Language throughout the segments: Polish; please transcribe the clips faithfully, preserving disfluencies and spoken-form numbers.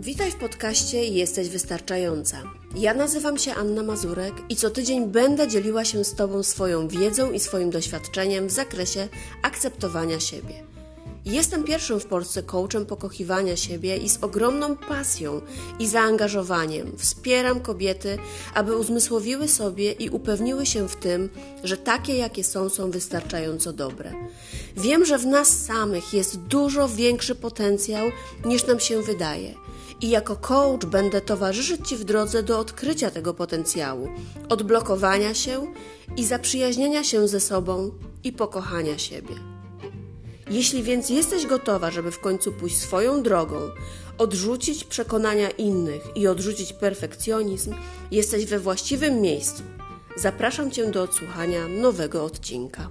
Witaj w podcaście Jesteś Wystarczająca. Ja nazywam się Anna Mazurek i co tydzień będę dzieliła się z Tobą swoją wiedzą i swoim doświadczeniem w zakresie akceptowania siebie. Jestem pierwszym w Polsce coachem pokochiwania siebie i z ogromną pasją i zaangażowaniem wspieram kobiety, aby uzmysłowiły sobie i upewniły się w tym, że takie jakie są, są wystarczająco dobre. Wiem, że w nas samych jest dużo większy potencjał niż nam się wydaje. I jako coach będę towarzyszyć Ci w drodze do odkrycia tego potencjału, odblokowania się i zaprzyjaźnienia się ze sobą i pokochania siebie. Jeśli więc jesteś gotowa, żeby w końcu pójść swoją drogą, odrzucić przekonania innych i odrzucić perfekcjonizm, jesteś we właściwym miejscu. Zapraszam Cię do odsłuchania nowego odcinka.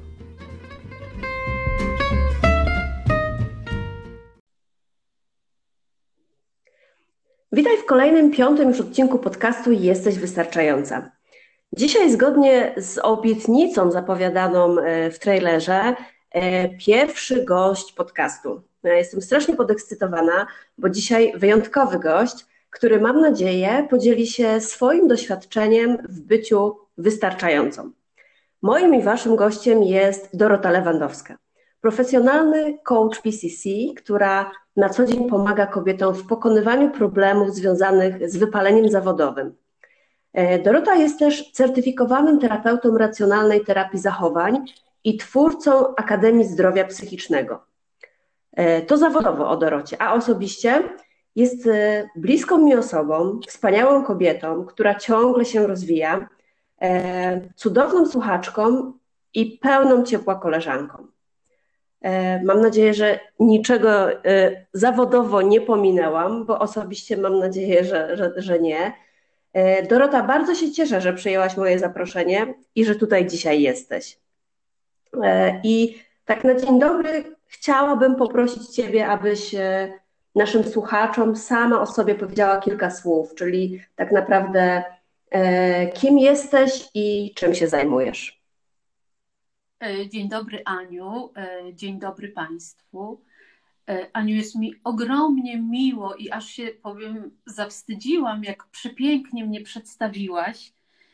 Witaj w kolejnym, piątym już odcinku podcastu Jesteś Wystarczająca. Dzisiaj zgodnie z obietnicą zapowiadaną w trailerze pierwszy gość podcastu. Ja jestem strasznie podekscytowana, bo dzisiaj wyjątkowy gość, który mam nadzieję podzieli się swoim doświadczeniem w byciu wystarczającą. Moim i Waszym gościem jest Dorota Lewandowska, profesjonalny coach P C C, która na co dzień pomaga kobietom w pokonywaniu problemów związanych z wypaleniem zawodowym. Dorota jest też certyfikowanym terapeutą racjonalnej terapii zachowań i twórcą Akademii Zdrowia Psychicznego. To zawodowo o Dorocie, a osobiście jest bliską mi osobą, wspaniałą kobietą, która ciągle się rozwija, cudowną słuchaczką i pełną ciepła koleżanką. Mam nadzieję, że niczego zawodowo nie pominęłam, bo osobiście mam nadzieję, że, że, że nie. Dorota, bardzo się cieszę, że przyjęłaś moje zaproszenie i że tutaj dzisiaj jesteś. I tak na dzień dobry chciałabym poprosić Ciebie, abyś naszym słuchaczom sama o sobie powiedziała kilka słów, czyli tak naprawdę kim jesteś i czym się zajmujesz. Dzień dobry, Aniu, dzień dobry Państwu. Aniu, jest mi ogromnie miło i aż się, powiem, zawstydziłam, jak przepięknie mnie przedstawiłaś.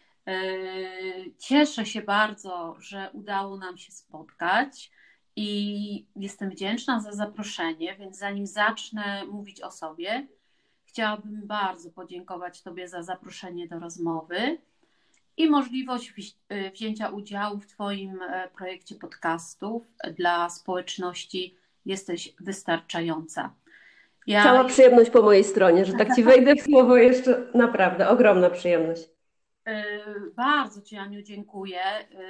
Cieszę się bardzo, że udało nam się spotkać i jestem wdzięczna za zaproszenie, więc zanim zacznę mówić o sobie, chciałabym bardzo podziękować Tobie za zaproszenie do rozmowy i możliwość wzięcia udziału w Twoim projekcie podcastów dla społeczności Jesteś Wystarczająca. Ja... Cała przyjemność po mojej stronie, że tak Ci wejdę w słowo jeszcze, naprawdę ogromna przyjemność. Bardzo Ci, Aniu, dziękuję.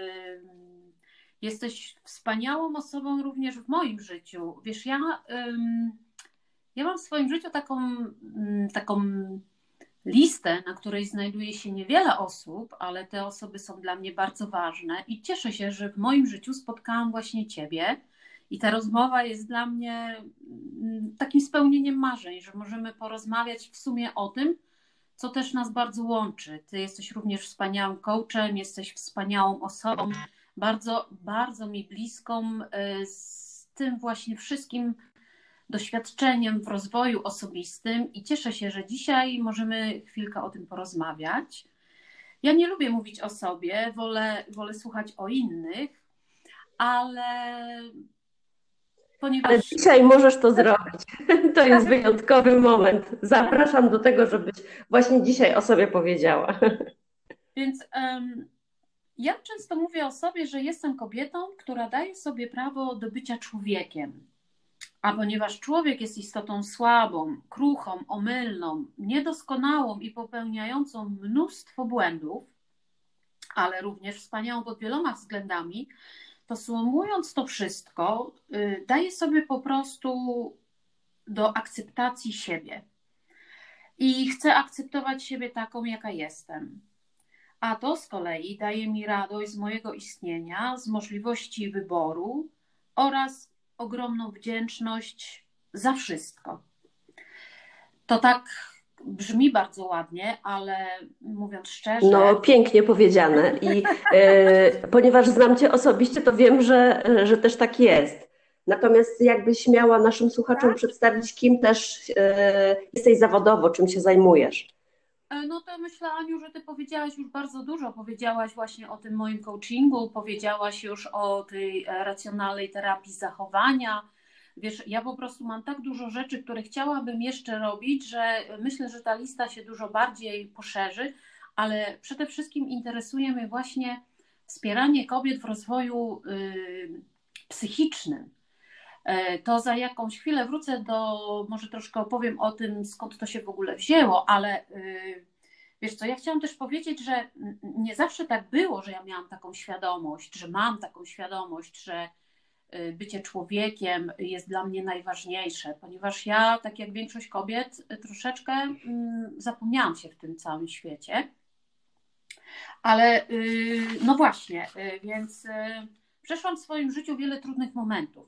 Jesteś wspaniałą osobą również w moim życiu. Wiesz, ja, ja mam w swoim życiu taką, taką listę, na której znajduje się niewiele osób, ale te osoby są dla mnie bardzo ważne i cieszę się, że w moim życiu spotkałam właśnie Ciebie i ta rozmowa jest dla mnie takim spełnieniem marzeń, że możemy porozmawiać w sumie o tym, co też nas bardzo łączy. Ty jesteś również wspaniałym coachem, jesteś wspaniałą osobą, bardzo, bardzo mi bliską z tym właśnie wszystkim doświadczeniem w rozwoju osobistym i cieszę się, że dzisiaj możemy chwilkę o tym porozmawiać. Ja nie lubię mówić o sobie, wolę, wolę słuchać o innych, ale ponieważ... Ale dzisiaj możesz to zrobić. To jest wyjątkowy moment. Zapraszam do tego, żebyś właśnie dzisiaj o sobie powiedziała. Więc um, ja często mówię o sobie, że jestem kobietą, która daje sobie prawo do bycia człowiekiem. A ponieważ człowiek jest istotą słabą, kruchą, omylną, niedoskonałą i popełniającą mnóstwo błędów, ale również wspaniałą pod wieloma względami, to sumując to wszystko, yy, daje sobie po prostu do akceptacji siebie. I chcę akceptować siebie taką, jaka jestem. A to z kolei daje mi radość z mojego istnienia, z możliwości wyboru oraz ogromną wdzięczność za wszystko. To tak brzmi bardzo ładnie, ale mówiąc szczerze... No, pięknie powiedziane. I e, ponieważ znam Cię osobiście, to wiem, że, że też tak jest. Natomiast jakbyś miała naszym słuchaczom przedstawić, kim też e, jesteś zawodowo, czym się zajmujesz? No to myślę, Aniu, że Ty powiedziałaś już bardzo dużo. Powiedziałaś właśnie o tym moim coachingu, powiedziałaś już o tej racjonalnej terapii zachowania. Wiesz, ja po prostu mam tak dużo rzeczy, które chciałabym jeszcze robić, że myślę, że ta lista się dużo bardziej poszerzy, ale przede wszystkim interesuje mnie właśnie wspieranie kobiet w rozwoju yy, psychicznym. To za jakąś chwilę wrócę do, może troszkę opowiem o tym, skąd to się w ogóle wzięło, ale wiesz co, ja chciałam też powiedzieć, że nie zawsze tak było, że ja miałam taką świadomość, że mam taką świadomość, że bycie człowiekiem jest dla mnie najważniejsze, ponieważ ja, tak jak większość kobiet, troszeczkę zapomniałam się w tym całym świecie. Ale no właśnie, więc przeszłam w swoim życiu wiele trudnych momentów.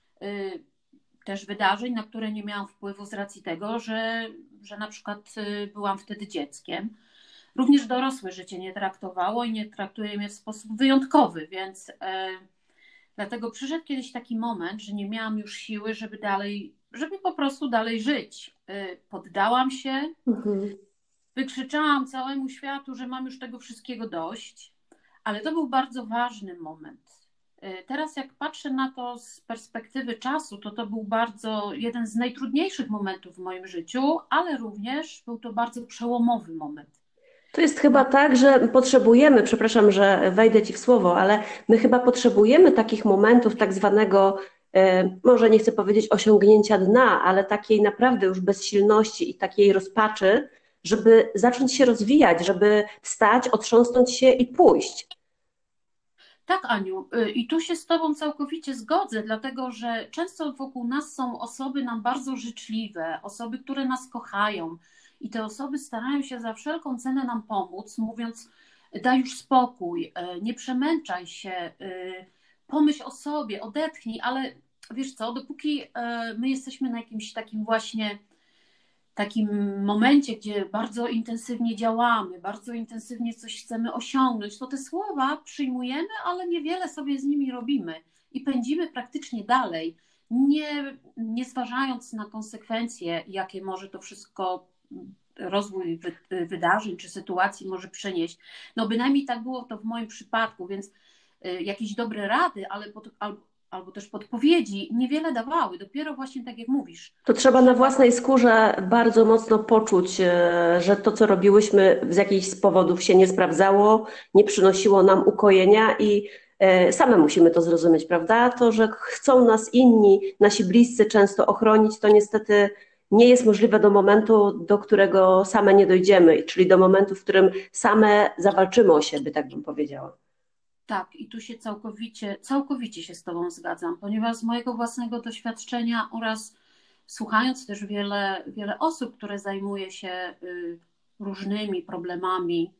Też wydarzeń, na które nie miałam wpływu z racji tego, że, że na przykład byłam wtedy dzieckiem. Również dorosłe życie nie traktowało i nie traktuje mnie w sposób wyjątkowy, więc e, dlatego przyszedł kiedyś taki moment, że nie miałam już siły, żeby dalej, żeby po prostu dalej żyć. E, poddałam się, mhm. wykrzyczałam całemu światu, że mam już tego wszystkiego dość, ale to był bardzo ważny moment. Teraz jak patrzę na to z perspektywy czasu, to to był bardzo jeden z najtrudniejszych momentów w moim życiu, ale również był to bardzo przełomowy moment. To jest chyba tak, że potrzebujemy, przepraszam, że wejdę Ci w słowo, ale my chyba potrzebujemy takich momentów tak zwanego, może nie chcę powiedzieć osiągnięcia dna, ale takiej naprawdę już bezsilności i takiej rozpaczy, żeby zacząć się rozwijać, żeby wstać, otrząsnąć się i pójść. Tak, Aniu, i tu się z Tobą całkowicie zgodzę, dlatego że często wokół nas są osoby nam bardzo życzliwe, osoby, które nas kochają i te osoby starają się za wszelką cenę nam pomóc, mówiąc: daj już spokój, nie przemęczaj się, pomyśl o sobie, odetchnij, ale wiesz co, dopóki my jesteśmy na jakimś takim właśnie takim momencie, gdzie bardzo intensywnie działamy, bardzo intensywnie coś chcemy osiągnąć, to te słowa przyjmujemy, ale niewiele sobie z nimi robimy i pędzimy praktycznie dalej, nie, nie zważając na konsekwencje, jakie może to wszystko rozwój wy, wydarzeń czy sytuacji może przynieść. No bynajmniej tak było to w moim przypadku, więc jakieś dobre rady, ale pod, albo albo też podpowiedzi niewiele dawały, dopiero właśnie tak jak mówisz. To trzeba na własnej skórze bardzo mocno poczuć, że to, co robiłyśmy, z jakichś powodów się nie sprawdzało, nie przynosiło nam ukojenia i same musimy to zrozumieć, prawda? To, że chcą nas inni, nasi bliscy często ochronić, to niestety nie jest możliwe do momentu, do którego same nie dojdziemy, czyli do momentu, w którym same zawalczymy o siebie, tak bym powiedziała. Tak, i tu się całkowicie, całkowicie się z Tobą zgadzam, ponieważ z mojego własnego doświadczenia oraz słuchając też wiele, wiele osób, które zajmuje się różnymi problemami,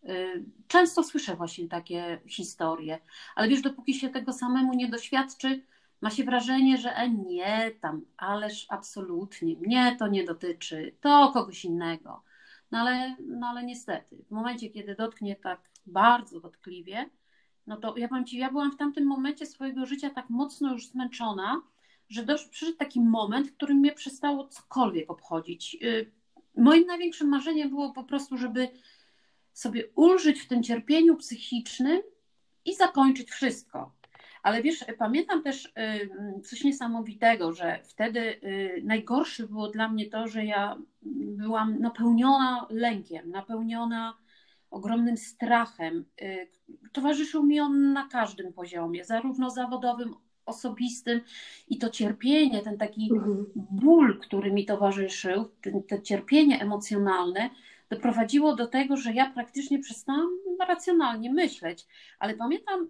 często słyszę właśnie takie historie, ale wiesz, dopóki się tego samemu nie doświadczy, ma się wrażenie, że e, nie, tam, ależ absolutnie, mnie to nie dotyczy, to kogoś innego. No ale, no ale niestety, w momencie, kiedy dotknie tak bardzo dotkliwie, no to ja powiem Ci, ja byłam w tamtym momencie swojego życia tak mocno już zmęczona, że doszedł, przyszedł taki moment, w którym mnie przestało cokolwiek obchodzić. Moim największym marzeniem było po prostu, żeby sobie ulżyć w tym cierpieniu psychicznym i zakończyć wszystko. Ale wiesz, pamiętam też coś niesamowitego, że wtedy najgorsze było dla mnie to, że ja byłam napełniona lękiem, napełniona ogromnym strachem. Towarzyszył mi on na każdym poziomie, zarówno zawodowym, osobistym, i to cierpienie, ten taki ból, który mi towarzyszył, ten, to cierpienie emocjonalne doprowadziło do tego, że ja praktycznie przestałam racjonalnie myśleć. Ale pamiętam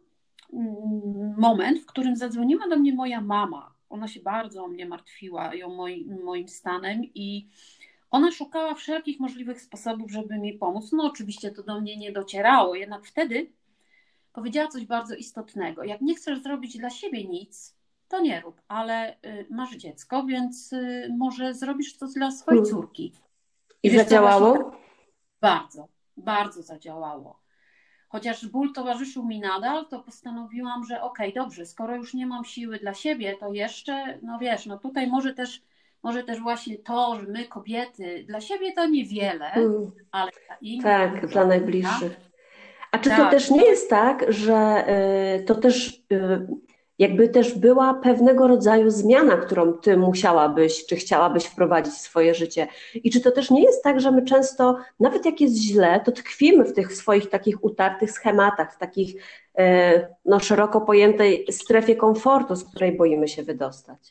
moment, w którym zadzwoniła do mnie moja mama. Ona się bardzo o mnie martwiła i o moim, moim stanem i ona szukała wszelkich możliwych sposobów, żeby mi pomóc. No oczywiście to do mnie nie docierało, jednak wtedy powiedziała coś bardzo istotnego. Jak nie chcesz zrobić dla siebie nic, to nie rób, ale masz dziecko, więc może zrobisz coś dla swojej córki. I, I zadziałało? Bardzo, bardzo zadziałało. chociaż ból towarzyszył mi nadal, to postanowiłam, że okej, okay, dobrze, skoro już nie mam siły dla siebie, to jeszcze, no wiesz, no tutaj może też, może też właśnie to, że my kobiety, dla siebie to niewiele, Mm, ale dla innych tak, dla dużo, prawda? najbliższych. A czy to Tak, też i nie to jest, jest tak, że y, to też y, jakby też była pewnego rodzaju zmiana, którą ty musiałabyś, czy chciałabyś wprowadzić w swoje życie? I czy to też nie jest tak, że my często, nawet jak jest źle, to tkwimy w tych swoich takich utartych schematach, w takich y, no, szeroko pojętej strefie komfortu, z której boimy się wydostać?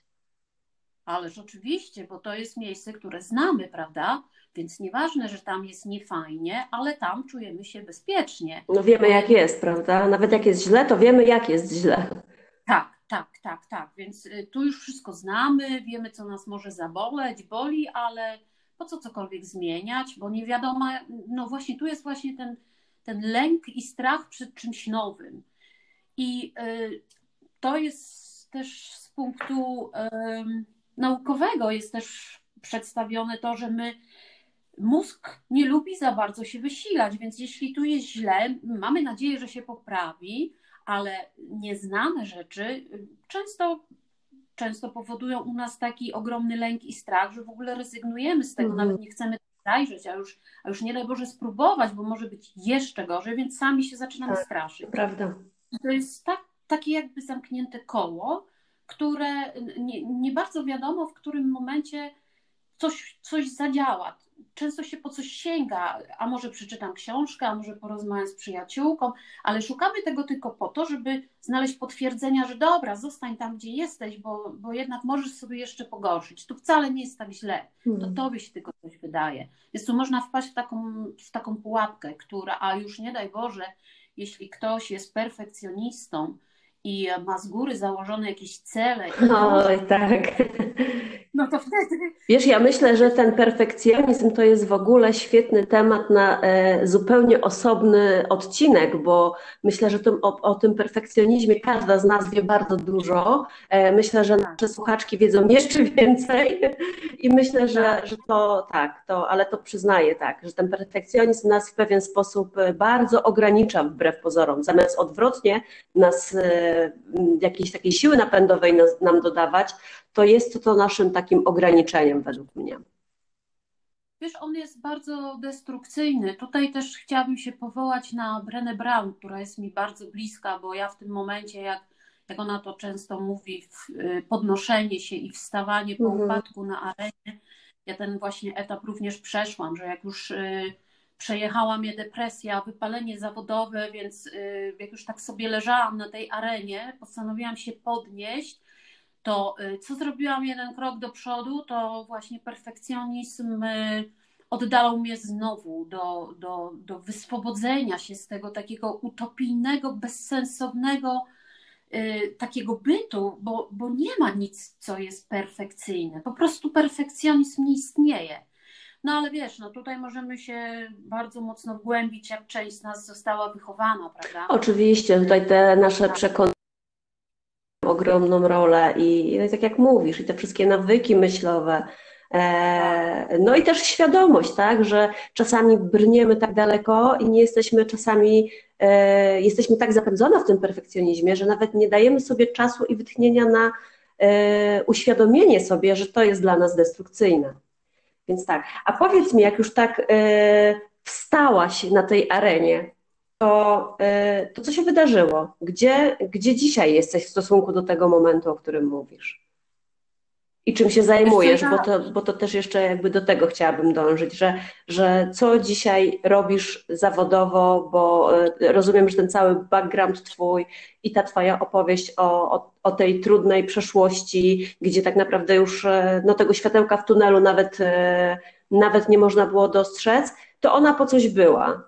ależ oczywiście, bo to jest miejsce, które znamy, prawda? Więc nieważne, że tam jest niefajnie, ale tam czujemy się bezpiecznie, No wiemy bo jak jednak jest, prawda? Nawet jak jest źle, to wiemy jak jest źle. tak, tak, tak, tak. Więc y, tu już wszystko znamy, wiemy, co nas może zaboleć, boli, ale po co cokolwiek zmieniać, bo nie wiadomo, no właśnie tu jest właśnie ten, ten lęk i strach przed czymś nowym. I y, to jest też z punktu ym, naukowego jest też przedstawione to, że my mózg nie lubi za bardzo się wysilać, więc jeśli tu jest źle, mamy nadzieję, że się poprawi, ale nieznane rzeczy y, często, często powodują u nas taki ogromny lęk i strach, że w ogóle rezygnujemy z tego, Mhm. nawet nie chcemy zajrzeć, a już, a już nie daj Boże spróbować, bo może być jeszcze gorzej, więc sami się zaczynamy Tak, to straszyć. prawda. I to jest tak, takie jakby zamknięte koło, które nie, nie bardzo wiadomo, w którym momencie coś, coś zadziała. Często się po coś sięga, a może przeczytam książkę, a może porozmawiam z przyjaciółką, ale szukamy tego tylko po to, żeby znaleźć potwierdzenia, że dobra, zostań tam, gdzie jesteś, bo, bo jednak możesz sobie jeszcze pogorszyć. Tu wcale nie jest tak źle, to Mhm. tobie się tylko coś wydaje. Więc tu można wpaść w taką, w taką pułapkę, która, a już nie daj Boże, jeśli ktoś jest perfekcjonistą i ma z góry założone jakieś cele i dąży, Oj, tak. no to wtedy, Wiesz, ja wtedy to myślę, że jest ten perfekcjonizm to jest w ogóle świetny temat na e, zupełnie osobny odcinek, bo myślę, że tym, o, o tym perfekcjonizmie każda z nas wie bardzo dużo. E, myślę, że tak, nasze słuchaczki wiedzą jeszcze więcej i myślę, że, tak. że to tak, to, ale to przyznaję tak, że ten perfekcjonizm nas w pewien sposób e, bardzo ogranicza wbrew pozorom. Zamiast odwrotnie nas e, jakiejś takiej siły napędowej nas, nam dodawać, to jest to naszym takim ograniczeniem według mnie. Wiesz, on jest bardzo destrukcyjny. Tutaj też chciałabym się powołać na Brené Brown, która jest mi bardzo bliska, bo ja w tym momencie, jak, jak ona to często mówi, w, y, podnoszenie się i wstawanie po Mhm. upadku na arenie, ja ten właśnie etap również przeszłam, że jak już y, przejechała mnie depresja, wypalenie zawodowe, więc y, jak już tak sobie leżałam na tej arenie, postanowiłam się podnieść, to y, co zrobiłam jeden krok do przodu, to właśnie perfekcjonizm y, oddalał mnie znowu do, do, do wyswobodzenia się z tego takiego utopijnego, bezsensownego y, takiego bytu, bo, bo nie ma nic, co jest perfekcyjne. Po prostu perfekcjonizm nie istnieje. No ale wiesz, no tutaj możemy się bardzo mocno wgłębić, jak część z nas została wychowana, prawda? Oczywiście, Y, tutaj te nasze tak, przekonania ogromną rolę i, i tak jak mówisz, i te wszystkie nawyki myślowe, tak. e, no i też świadomość, tak, że czasami brniemy tak daleko i nie jesteśmy czasami, e, jesteśmy tak zapędzone w tym perfekcjonizmie, że nawet nie dajemy sobie czasu i wytchnienia na e, uświadomienie sobie, że to jest dla nas destrukcyjne. Więc tak, a powiedz mi, jak już tak e, wstałaś na tej arenie, to, e, to co się wydarzyło? Gdzie, gdzie dzisiaj jesteś w stosunku do tego momentu, o którym mówisz? I czym się Wiesz co, zajmujesz? Bo ja to, bo to też jeszcze jakby do tego chciałabym dążyć, że, że co dzisiaj robisz zawodowo, bo e, rozumiem, że ten cały background twój i ta twoja opowieść o, o, o tej trudnej przeszłości, gdzie tak naprawdę już e, no, tego światełka w tunelu nawet, e, nawet nie można było dostrzec, to ona po coś była.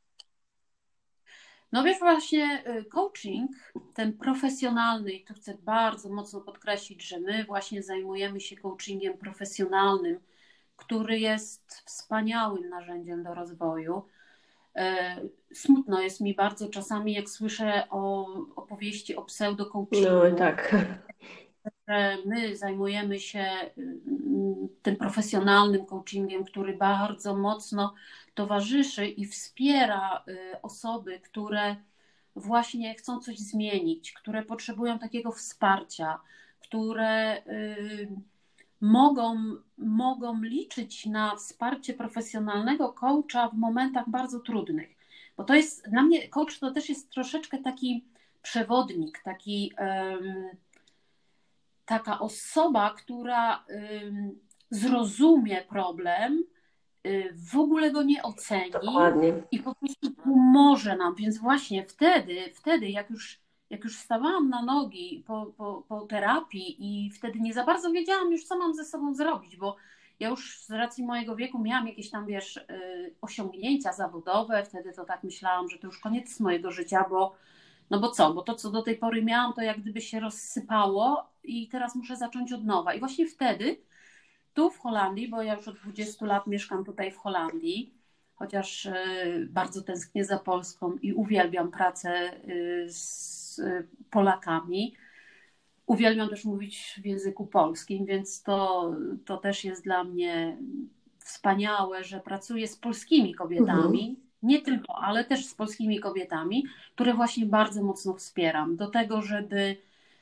No wiesz, właśnie y, coaching, ten profesjonalny, i tu chcę bardzo mocno podkreślić, że my właśnie zajmujemy się coachingiem profesjonalnym, który jest wspaniałym narzędziem do rozwoju. Y, Smutno jest mi bardzo czasami, jak słyszę o opowieści o No i pseudo-coachingu, tak. że my zajmujemy się tym profesjonalnym coachingiem, który bardzo mocno towarzyszy i wspiera osoby, które właśnie chcą coś zmienić, które potrzebują takiego wsparcia, które mogą, mogą liczyć na wsparcie profesjonalnego coacha w momentach bardzo trudnych. Bo to jest, dla mnie coach to też jest troszeczkę taki przewodnik, taki, um, taka osoba, która um, zrozumie problem, w ogóle go nie oceni. Dokładnie. I po prostu pomoże nam. Więc właśnie wtedy, wtedy jak już, jak już wstawałam na nogi po, po, po terapii i wtedy nie za bardzo wiedziałam już, co mam ze sobą zrobić, bo ja już z racji mojego wieku miałam jakieś tam, wiesz, osiągnięcia zawodowe, wtedy to tak myślałam, że to już koniec mojego życia, bo no bo co, bo to, co do tej pory miałam, to jak gdyby się rozsypało i teraz muszę zacząć od nowa. I właśnie wtedy tu w Holandii, bo ja już od dwudziestu lat mieszkam tutaj w Holandii, chociaż bardzo tęsknię za Polską i uwielbiam pracę z Polakami. Uwielbiam też mówić w języku polskim, więc to, to też jest dla mnie wspaniałe, że pracuję z polskimi kobietami, mhm. nie tylko, ale też z polskimi kobietami, które właśnie bardzo mocno wspieram do tego, żeby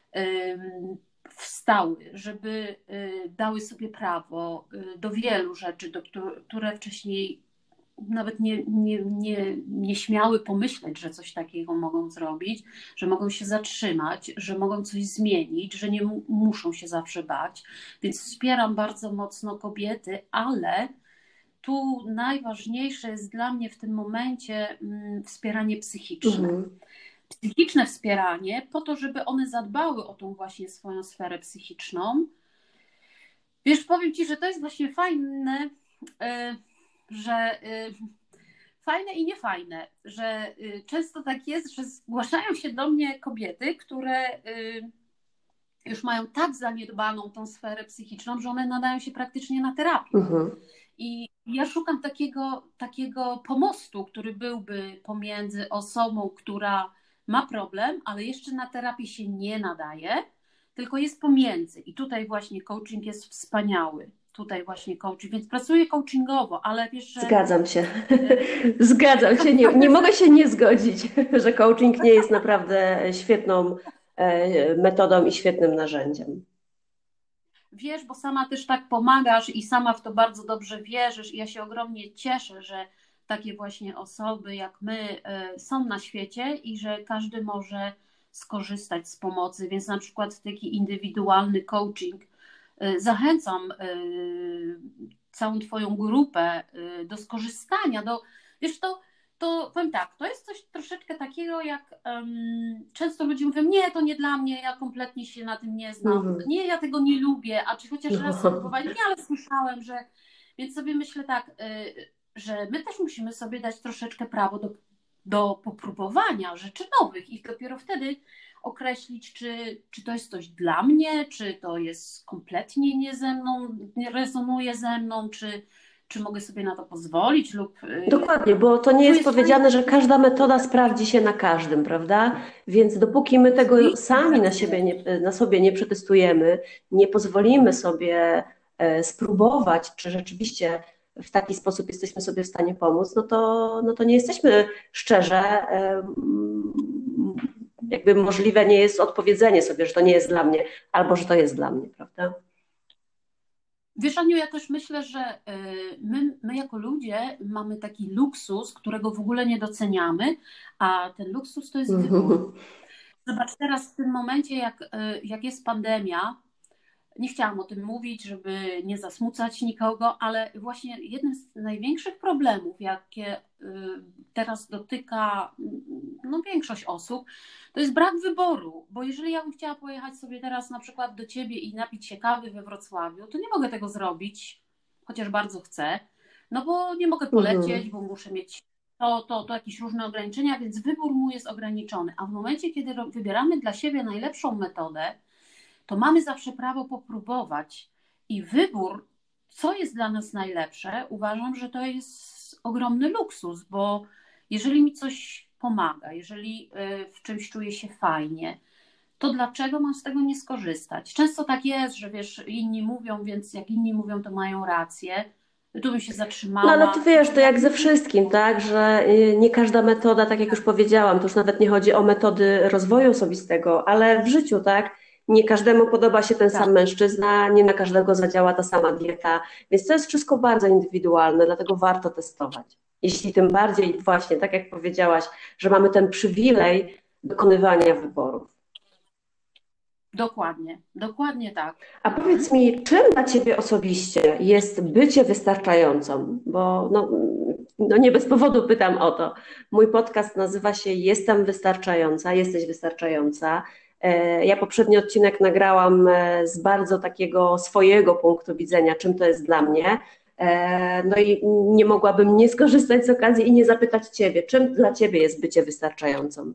wstały, żeby dały sobie prawo do wielu rzeczy, do które wcześniej nawet nie, nie, nie, nie śmiały pomyśleć, że coś takiego mogą zrobić, że mogą się zatrzymać, że mogą coś zmienić, że nie muszą się zawsze bać. Więc wspieram bardzo mocno kobiety, ale tu najważniejsze jest dla mnie w tym momencie wspieranie psychiczne. Mhm. Psychiczne wspieranie po to, żeby one zadbały o tą właśnie swoją sferę psychiczną. Wiesz, powiem Ci, że to jest właśnie fajne, że fajne i niefajne, że często tak jest, że zgłaszają się do mnie kobiety, które już mają tak zaniedbaną tą sferę psychiczną, że one nadają się praktycznie na terapię. Mhm. I ja szukam takiego, takiego pomostu, który byłby pomiędzy osobą, która ma problem, ale jeszcze na terapię się nie nadaje, tylko jest pomiędzy. I tutaj właśnie coaching jest wspaniały. Tutaj właśnie coaching, więc pracuję coachingowo, ale wiesz, że... Zgadzam się. Zgadzam się. Nie, nie mogę się nie zgodzić, że coaching nie jest naprawdę świetną metodą i świetnym narzędziem. Wiesz, bo sama też tak pomagasz i sama w to bardzo dobrze wierzysz i ja się ogromnie cieszę, że takie właśnie osoby jak my są na świecie i że każdy może skorzystać z pomocy, więc na przykład taki indywidualny coaching. Zachęcam całą Twoją grupę do skorzystania. Do, wiesz, to, to powiem tak, to jest coś troszeczkę takiego, jak um, często ludzie mówią, nie, to nie dla mnie, ja kompletnie się na tym nie znam, mhm. nie, ja tego nie lubię, a czy chociaż raz spróbowali, nie, ale słyszałem, że... Więc sobie myślę tak, że my też musimy sobie dać troszeczkę prawo do, do popróbowania rzeczy nowych i dopiero wtedy określić, czy, czy to jest coś dla mnie, czy to jest kompletnie nie ze mną, nie rezonuje ze mną, czy, czy mogę sobie na to pozwolić lub... Dokładnie, bo to nie jest, jest powiedziane, że każda metoda sprawdzi się na każdym, prawda? Więc dopóki my tego sami na siebie nie, na sobie nie przetestujemy, nie pozwolimy sobie spróbować, czy rzeczywiście w taki sposób jesteśmy sobie w stanie pomóc, no to, no to nie jesteśmy szczerze, jakby możliwe nie jest odpowiedzenie sobie, że to nie jest dla mnie, albo że to jest dla mnie, prawda? Wiesz, Aniu, ja też myślę, że my, my jako ludzie mamy taki luksus, którego w ogóle nie doceniamy, a ten luksus to jest wybór. Zobacz, teraz w tym momencie, jak, jak jest pandemia, nie chciałam o tym mówić, żeby nie zasmucać nikogo, ale właśnie jednym z największych problemów, jakie teraz dotyka no, większość osób, to jest brak wyboru, bo jeżeli ja bym chciała pojechać sobie teraz na przykład do Ciebie i napić się kawy we Wrocławiu, to nie mogę tego zrobić, chociaż bardzo chcę, no bo nie mogę polecieć, mhm. bo muszę mieć to, to, to jakieś różne ograniczenia, więc wybór mój jest ograniczony, a w momencie, kiedy wybieramy dla siebie najlepszą metodę, to mamy zawsze prawo popróbować i wybór, co jest dla nas najlepsze, uważam, że to jest ogromny luksus, bo jeżeli mi coś pomaga, jeżeli w czymś czuję się fajnie, to dlaczego mam z tego nie skorzystać? Często tak jest, że wiesz, inni mówią, więc jak inni mówią, to mają rację. Tu bym się No ale to zatrzymała. wiesz, to jak ze wszystkim, tak, że y, nie każda metoda, tak jak już powiedziałam, to już nawet nie chodzi o metody rozwoju osobistego, ale w życiu, tak, nie każdemu podoba się ten Tak, sam mężczyzna, nie na każdego zadziała ta sama dieta, więc to jest wszystko bardzo indywidualne, dlatego warto testować. Jeśli tym bardziej właśnie, tak jak powiedziałaś, że mamy ten przywilej dokonywania wyborów. dokładnie, dokładnie tak. A Mhm. powiedz mi, czym dla Ciebie osobiście jest bycie wystarczającą? Bo no, no nie bez powodu pytam o to. Mój podcast nazywa się Jestem wystarczająca, jesteś wystarczająca. E, Ja poprzedni odcinek nagrałam e, z bardzo takiego swojego punktu widzenia, czym to jest dla mnie. E, No i nie mogłabym nie skorzystać z okazji i nie zapytać Ciebie, czym dla Ciebie jest bycie wystarczającą?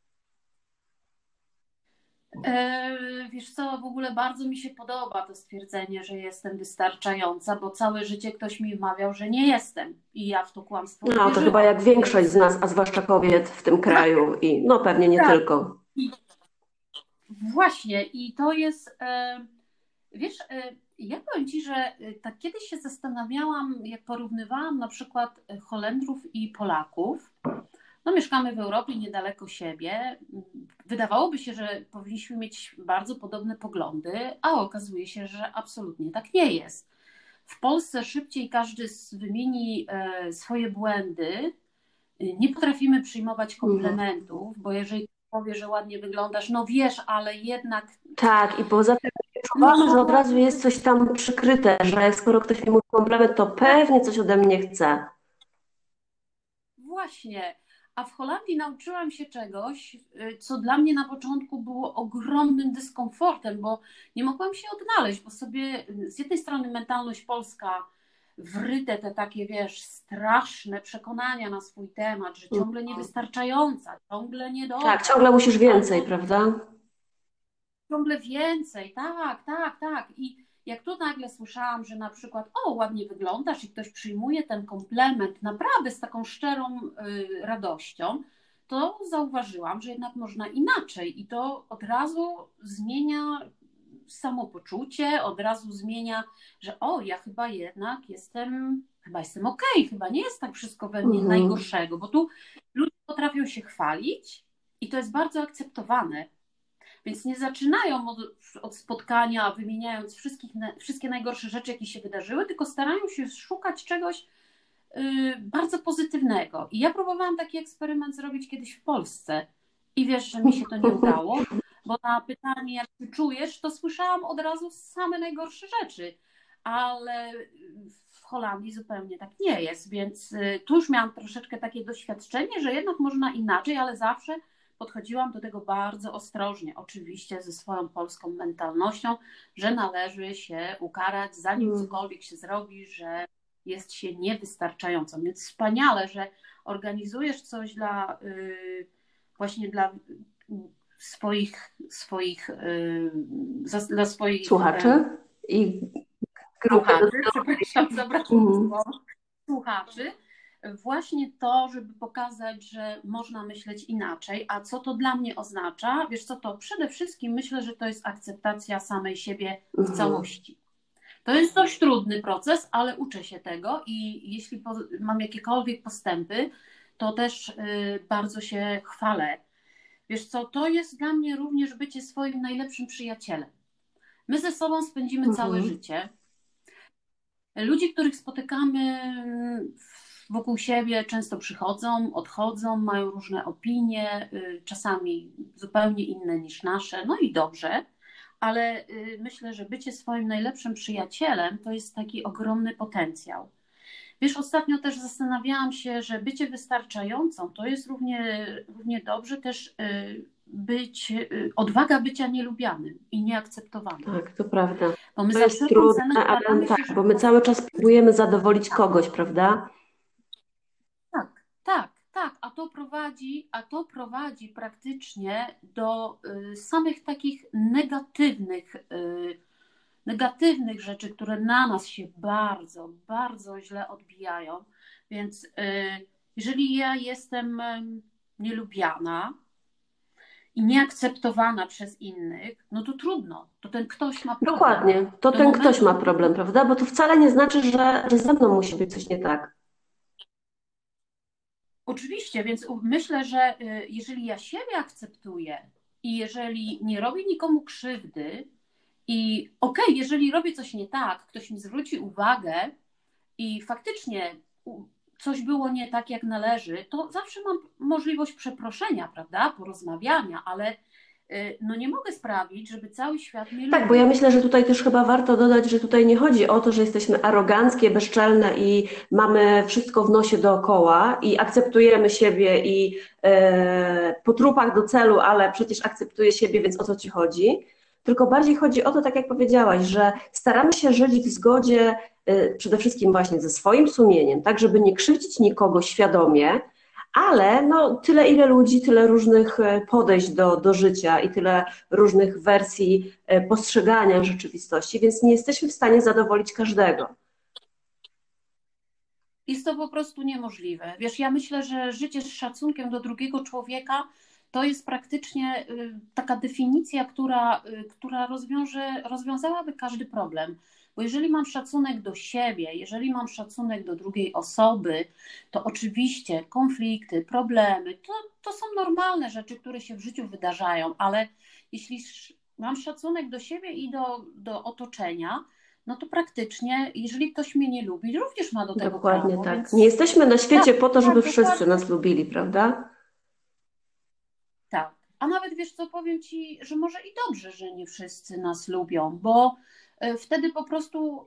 E, wiesz co, w ogóle bardzo mi się podoba to stwierdzenie, że jestem wystarczająca, bo całe życie ktoś mi wmawiał, że nie jestem i ja w to kłamstwo No to chyba uwierzyłam, jak większość z więc nas, a zwłaszcza kobiet w tym kraju i no pewnie nie tak. tylko. I właśnie, i to jest, e, wiesz, e, ja powiem Ci, że e, tak kiedyś się zastanawiałam, jak porównywałam na przykład e, Holendrów i Polaków. No, mieszkamy w Europie, niedaleko siebie. Wydawałoby się, że powinniśmy mieć bardzo podobne poglądy, a okazuje się, że absolutnie tak nie jest. W Polsce szybciej każdy z- wymieni e, swoje błędy. Nie potrafimy przyjmować Mhm. komplementów, bo jeżeli powie, że ładnie wyglądasz, no wiesz, ale jednak Tak, i poza tym czuwamy, że od no razu jest coś tam przykryte, że skoro ktoś mi mówi komplement, to tak, pewnie coś ode mnie chce. właśnie. A w Holandii nauczyłam się czegoś, y, co dla mnie na początku było ogromnym dyskomfortem, bo nie mogłam się odnaleźć, bo sobie y, z jednej strony mentalność polska, wryte te takie, wiesz, straszne przekonania na swój temat, że ciągle niewystarczająca, ciągle Tak, niedobra, ciągle musisz więcej, albo prawda? ciągle więcej, tak, tak, tak. I jak tu nagle słyszałam, że na przykład, o, ładnie wyglądasz i ktoś przyjmuje ten komplement naprawdę z taką szczerą y, radością, to zauważyłam, że jednak można inaczej i to od razu zmienia samopoczucie, od razu zmienia, że o, ja chyba jednak jestem, chyba jestem okej, chyba nie jest tak wszystko we mnie Mhm. najgorszego, bo tu ludzie potrafią się chwalić i to jest bardzo akceptowane. Więc nie zaczynają od, od spotkania, wymieniając wszystkich, wszystkie najgorsze rzeczy, jakie się wydarzyły, tylko starają się szukać czegoś yy, bardzo pozytywnego. I ja próbowałam taki eksperyment zrobić kiedyś w Polsce i wiesz, że mi się to nie udało, bo na pytanie, jak ty czujesz, to słyszałam od razu same najgorsze rzeczy, ale w Holandii zupełnie tak nie jest, więc yy, tu już miałam troszeczkę takie doświadczenie, że jednak można inaczej, ale zawsze podchodziłam do tego bardzo ostrożnie, oczywiście ze swoją polską mentalnością, że należy się ukarać, zanim Mhm. cokolwiek się zrobi, że jest się niewystarczającą. Więc wspaniale, że organizujesz coś dla yy, właśnie dla yy, swoich, swoich yy, za, dla swoich yy, Słuchacze i grupy słuchaczy, docelowej. przepraszam, zabrakło mi Mhm. słowa, słuchaczy, właśnie to, żeby pokazać, że można myśleć inaczej. A co to dla mnie oznacza? Wiesz co, to przede wszystkim myślę, że to jest akceptacja samej siebie w Mhm. całości. To jest dość trudny proces, ale uczę się tego i jeśli po, mam jakiekolwiek postępy, to też y, bardzo się chwalę. Wiesz co, to jest dla mnie również bycie swoim najlepszym przyjacielem. My ze sobą spędzimy całe Mhm. życie. Ludzi, których spotykamy wokół siebie, często przychodzą, odchodzą, mają różne opinie, y, czasami zupełnie inne niż nasze, no i dobrze, ale y, myślę, że bycie swoim najlepszym przyjacielem to jest taki ogromny potencjał. Wiesz, ostatnio też zastanawiałam się, że bycie wystarczającą to jest równie, równie dobrze też y, być, y, odwaga bycia nielubianym i nieakceptowanym. Tak, to prawda. Bo my To za jest wszelką trudne, cenę ale staramy tak, się, żeby bo my cały czas próbujemy zadowolić kogoś, prawda? tak, tak, tak, a to prowadzi, a to prowadzi praktycznie do y, samych takich negatywnych, y, negatywnych rzeczy, które na nas się bardzo, bardzo źle odbijają. Więc y, jeżeli ja jestem y, nielubiana, i nieakceptowana przez innych, no to trudno, to ten ktoś ma problem. Dokładnie, to Do ten momentu, ktoś ma problem, prawda? Bo to wcale nie znaczy, że, że ze mną musi być coś nie tak. Oczywiście, więc myślę, że y, jeżeli ja siebie akceptuję i jeżeli nie robię nikomu krzywdy i okej, okay, jeżeli robię coś nie tak, ktoś mi zwróci uwagę i faktycznie coś było nie tak, jak należy, to zawsze mam możliwość przeproszenia, prawda, porozmawiania, ale no nie mogę sprawić, żeby cały świat mnie lubił. Tak, bo ja myślę, że tutaj też chyba warto dodać, że tutaj nie chodzi o to, że jesteśmy aroganckie, bezczelne i mamy wszystko w nosie dookoła i akceptujemy siebie i e, po trupach do celu, ale przecież akceptuję siebie, więc o co ci chodzi? Tylko bardziej chodzi o to, tak jak powiedziałaś, że staramy się żyć w zgodzie e, przede wszystkim właśnie ze swoim sumieniem, tak żeby nie krzywdzić nikogo świadomie, ale no, tyle ile ludzi, tyle różnych podejść do, do życia i tyle różnych wersji postrzegania rzeczywistości, więc nie jesteśmy w stanie zadowolić każdego. Jest to po prostu niemożliwe. Wiesz, ja myślę, że życie z szacunkiem do drugiego człowieka to jest praktycznie taka definicja, która, która rozwiąże, rozwiązałaby każdy problem. Bo jeżeli mam szacunek do siebie, jeżeli mam szacunek do drugiej osoby, to oczywiście konflikty, problemy, to, to są normalne rzeczy, które się w życiu wydarzają, ale jeśli mam szacunek do siebie i do, do otoczenia, no to praktycznie, jeżeli ktoś mnie nie lubi, również ma do tego Dokładnie prawo. tak. Więc... Nie jesteśmy na świecie tak, po to, żeby tak, wszyscy dokładnie. nas lubili, prawda? Tak. A nawet wiesz co, powiem ci, że może i dobrze, że nie wszyscy nas lubią, bo wtedy po prostu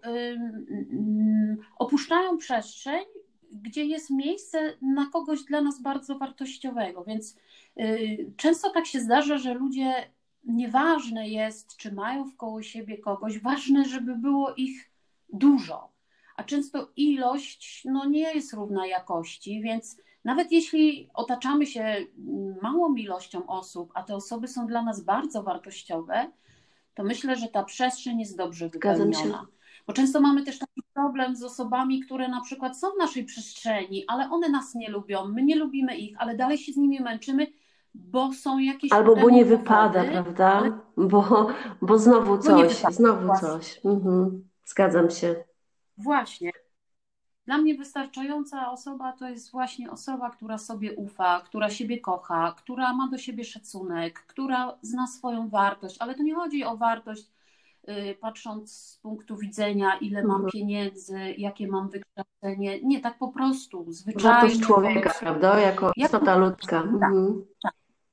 opuszczają przestrzeń, gdzie jest miejsce na kogoś dla nas bardzo wartościowego. Więc często tak się zdarza, że ludzie, nieważne jest, czy mają wkoło siebie kogoś, ważne, żeby było ich dużo. A często ilość no, nie jest równa jakości, więc nawet jeśli otaczamy się małą ilością osób, a te osoby są dla nas bardzo wartościowe, to myślę, że ta przestrzeń jest dobrze wypełniona. Bo często mamy też taki problem z osobami, które na przykład są w naszej przestrzeni, ale one nas nie lubią, my nie lubimy ich, ale dalej się z nimi męczymy, bo są jakieś... Albo bo nie wypada, prawda? Ale... Bo, bo znowu coś, bo znowu Właśnie. coś. Mhm. Zgadzam się. Właśnie. Dla mnie wystarczająca osoba to jest właśnie osoba, która sobie ufa, która siebie kocha, która ma do siebie szacunek, która zna swoją wartość, ale to nie chodzi o wartość yy, patrząc z punktu widzenia, ile mam mhm. pieniędzy, jakie mam wykształcenie. Nie, tak po prostu, zwyczajnie. Wartość człowieka, prawda? Jako istota jak... ludzka. Tak, mhm. tak.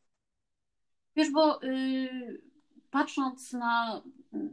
Wiesz, bo yy, patrząc na...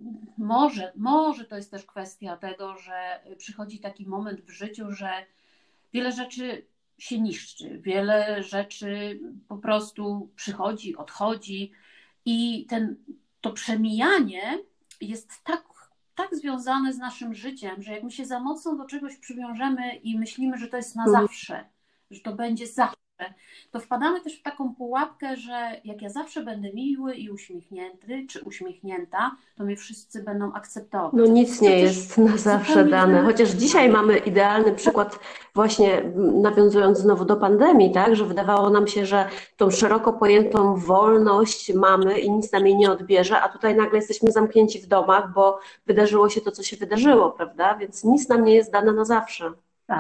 Może, może to jest też kwestia tego, że przychodzi taki moment w życiu, że wiele rzeczy się niszczy, wiele rzeczy po prostu przychodzi, odchodzi i ten, to przemijanie jest tak, tak związane z naszym życiem, że jak my się za mocno do czegoś przywiążemy i myślimy, że to jest na zawsze, że to będzie zawsze, to wpadamy też w taką pułapkę, że jak ja zawsze będę miły i uśmiechnięty, czy uśmiechnięta, to mnie wszyscy będą akceptować. No nic nie jest na zawsze dane. Chociaż dzisiaj mamy idealny przykład, właśnie nawiązując znowu do pandemii, tak, że wydawało nam się, że tą szeroko pojętą wolność mamy i nic nam jej nie odbierze, a tutaj nagle jesteśmy zamknięci w domach, bo wydarzyło się to, co się wydarzyło, prawda? Więc nic nam nie jest dane na zawsze.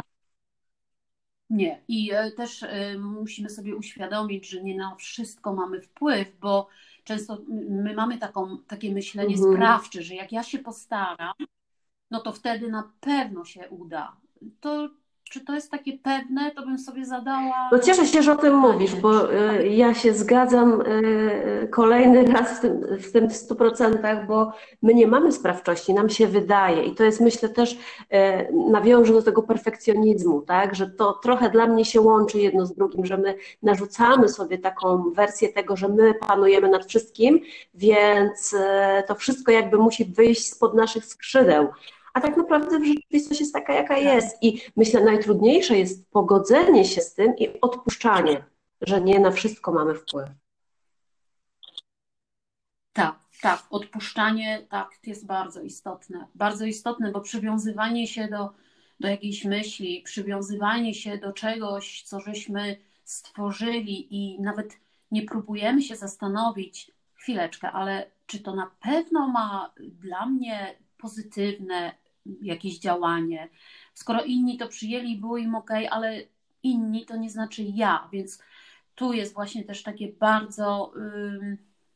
Nie. I też musimy sobie uświadomić, że nie na wszystko mamy wpływ, bo często my mamy taką, takie myślenie mhm. sprawcze, że jak ja się postaram, no to wtedy na pewno się uda. To czy to jest takie pewne, to bym sobie zadała... No cieszę się, że o tym mówisz, bo ja się zgadzam kolejny raz w tym, w tym stu procentach, bo my nie mamy sprawczości, nam się wydaje i to jest, myślę, też nawiąże do tego perfekcjonizmu, tak, że to trochę dla mnie się łączy jedno z drugim, że my narzucamy sobie taką wersję tego, że my panujemy nad wszystkim, więc to wszystko jakby musi wyjść spod naszych skrzydeł. A tak naprawdę rzeczywistość jest taka, jaka jest. I myślę, najtrudniejsze jest pogodzenie się z tym i odpuszczanie, że nie na wszystko mamy wpływ. Tak, tak. Odpuszczanie tak jest bardzo istotne. Bardzo istotne, bo przywiązywanie się do, do jakiejś myśli, przywiązywanie się do czegoś, co żeśmy stworzyli i nawet nie próbujemy się zastanowić, chwileczkę, ale czy to na pewno ma dla mnie pozytywne jakieś działanie, skoro inni to przyjęli, było im ok, ale inni to nie znaczy ja, więc tu jest właśnie też takie bardzo, yy,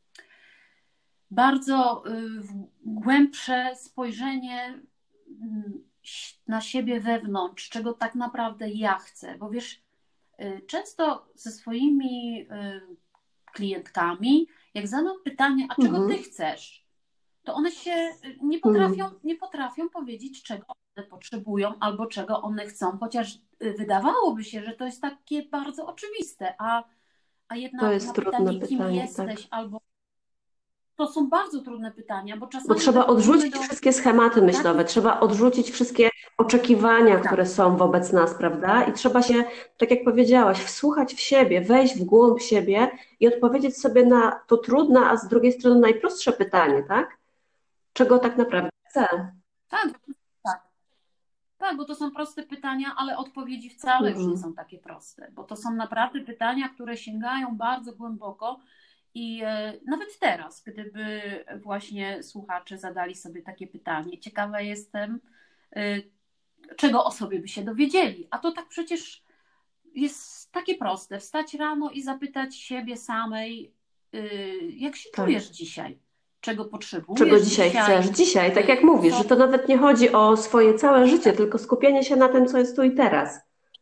bardzo yy, głębsze spojrzenie na siebie wewnątrz, czego tak naprawdę ja chcę, bo wiesz, yy, często ze swoimi yy, klientkami, jak zadam pytanie, a czego ty chcesz, to one się nie potrafią, nie potrafią powiedzieć, czego one potrzebują albo czego one chcą, chociaż wydawałoby się, że to jest takie bardzo oczywiste, a, a jednak To jest na trudne pytanie, kim pytanie, jesteś, tak. albo to są bardzo trudne pytania, bo czasami Bo trzeba odrzucić do... wszystkie schematy myślowe, tak? trzeba odrzucić wszystkie oczekiwania, Tak. które są wobec nas, prawda? I trzeba się, tak jak powiedziałaś, wsłuchać w siebie, wejść w głąb siebie i odpowiedzieć sobie na to trudne, a z drugiej strony najprostsze pytanie, tak? Czego tak naprawdę chcę? Tak, tak. Tak, bo to są proste pytania, ale odpowiedzi wcale już nie są takie proste, bo to są naprawdę pytania, które sięgają bardzo głęboko i nawet teraz, gdyby właśnie słuchacze zadali sobie takie pytanie, ciekawa jestem, czego o sobie by się dowiedzieli, a to tak przecież jest takie proste, wstać rano i zapytać siebie samej, jak się Tak. czujesz dzisiaj? Czego potrzebujesz Czego dzisiaj, dzisiaj chcesz? Dzisiaj, tak jak mówisz, że to nawet nie chodzi o swoje całe życie, tylko skupienie się na tym, co jest tu i teraz.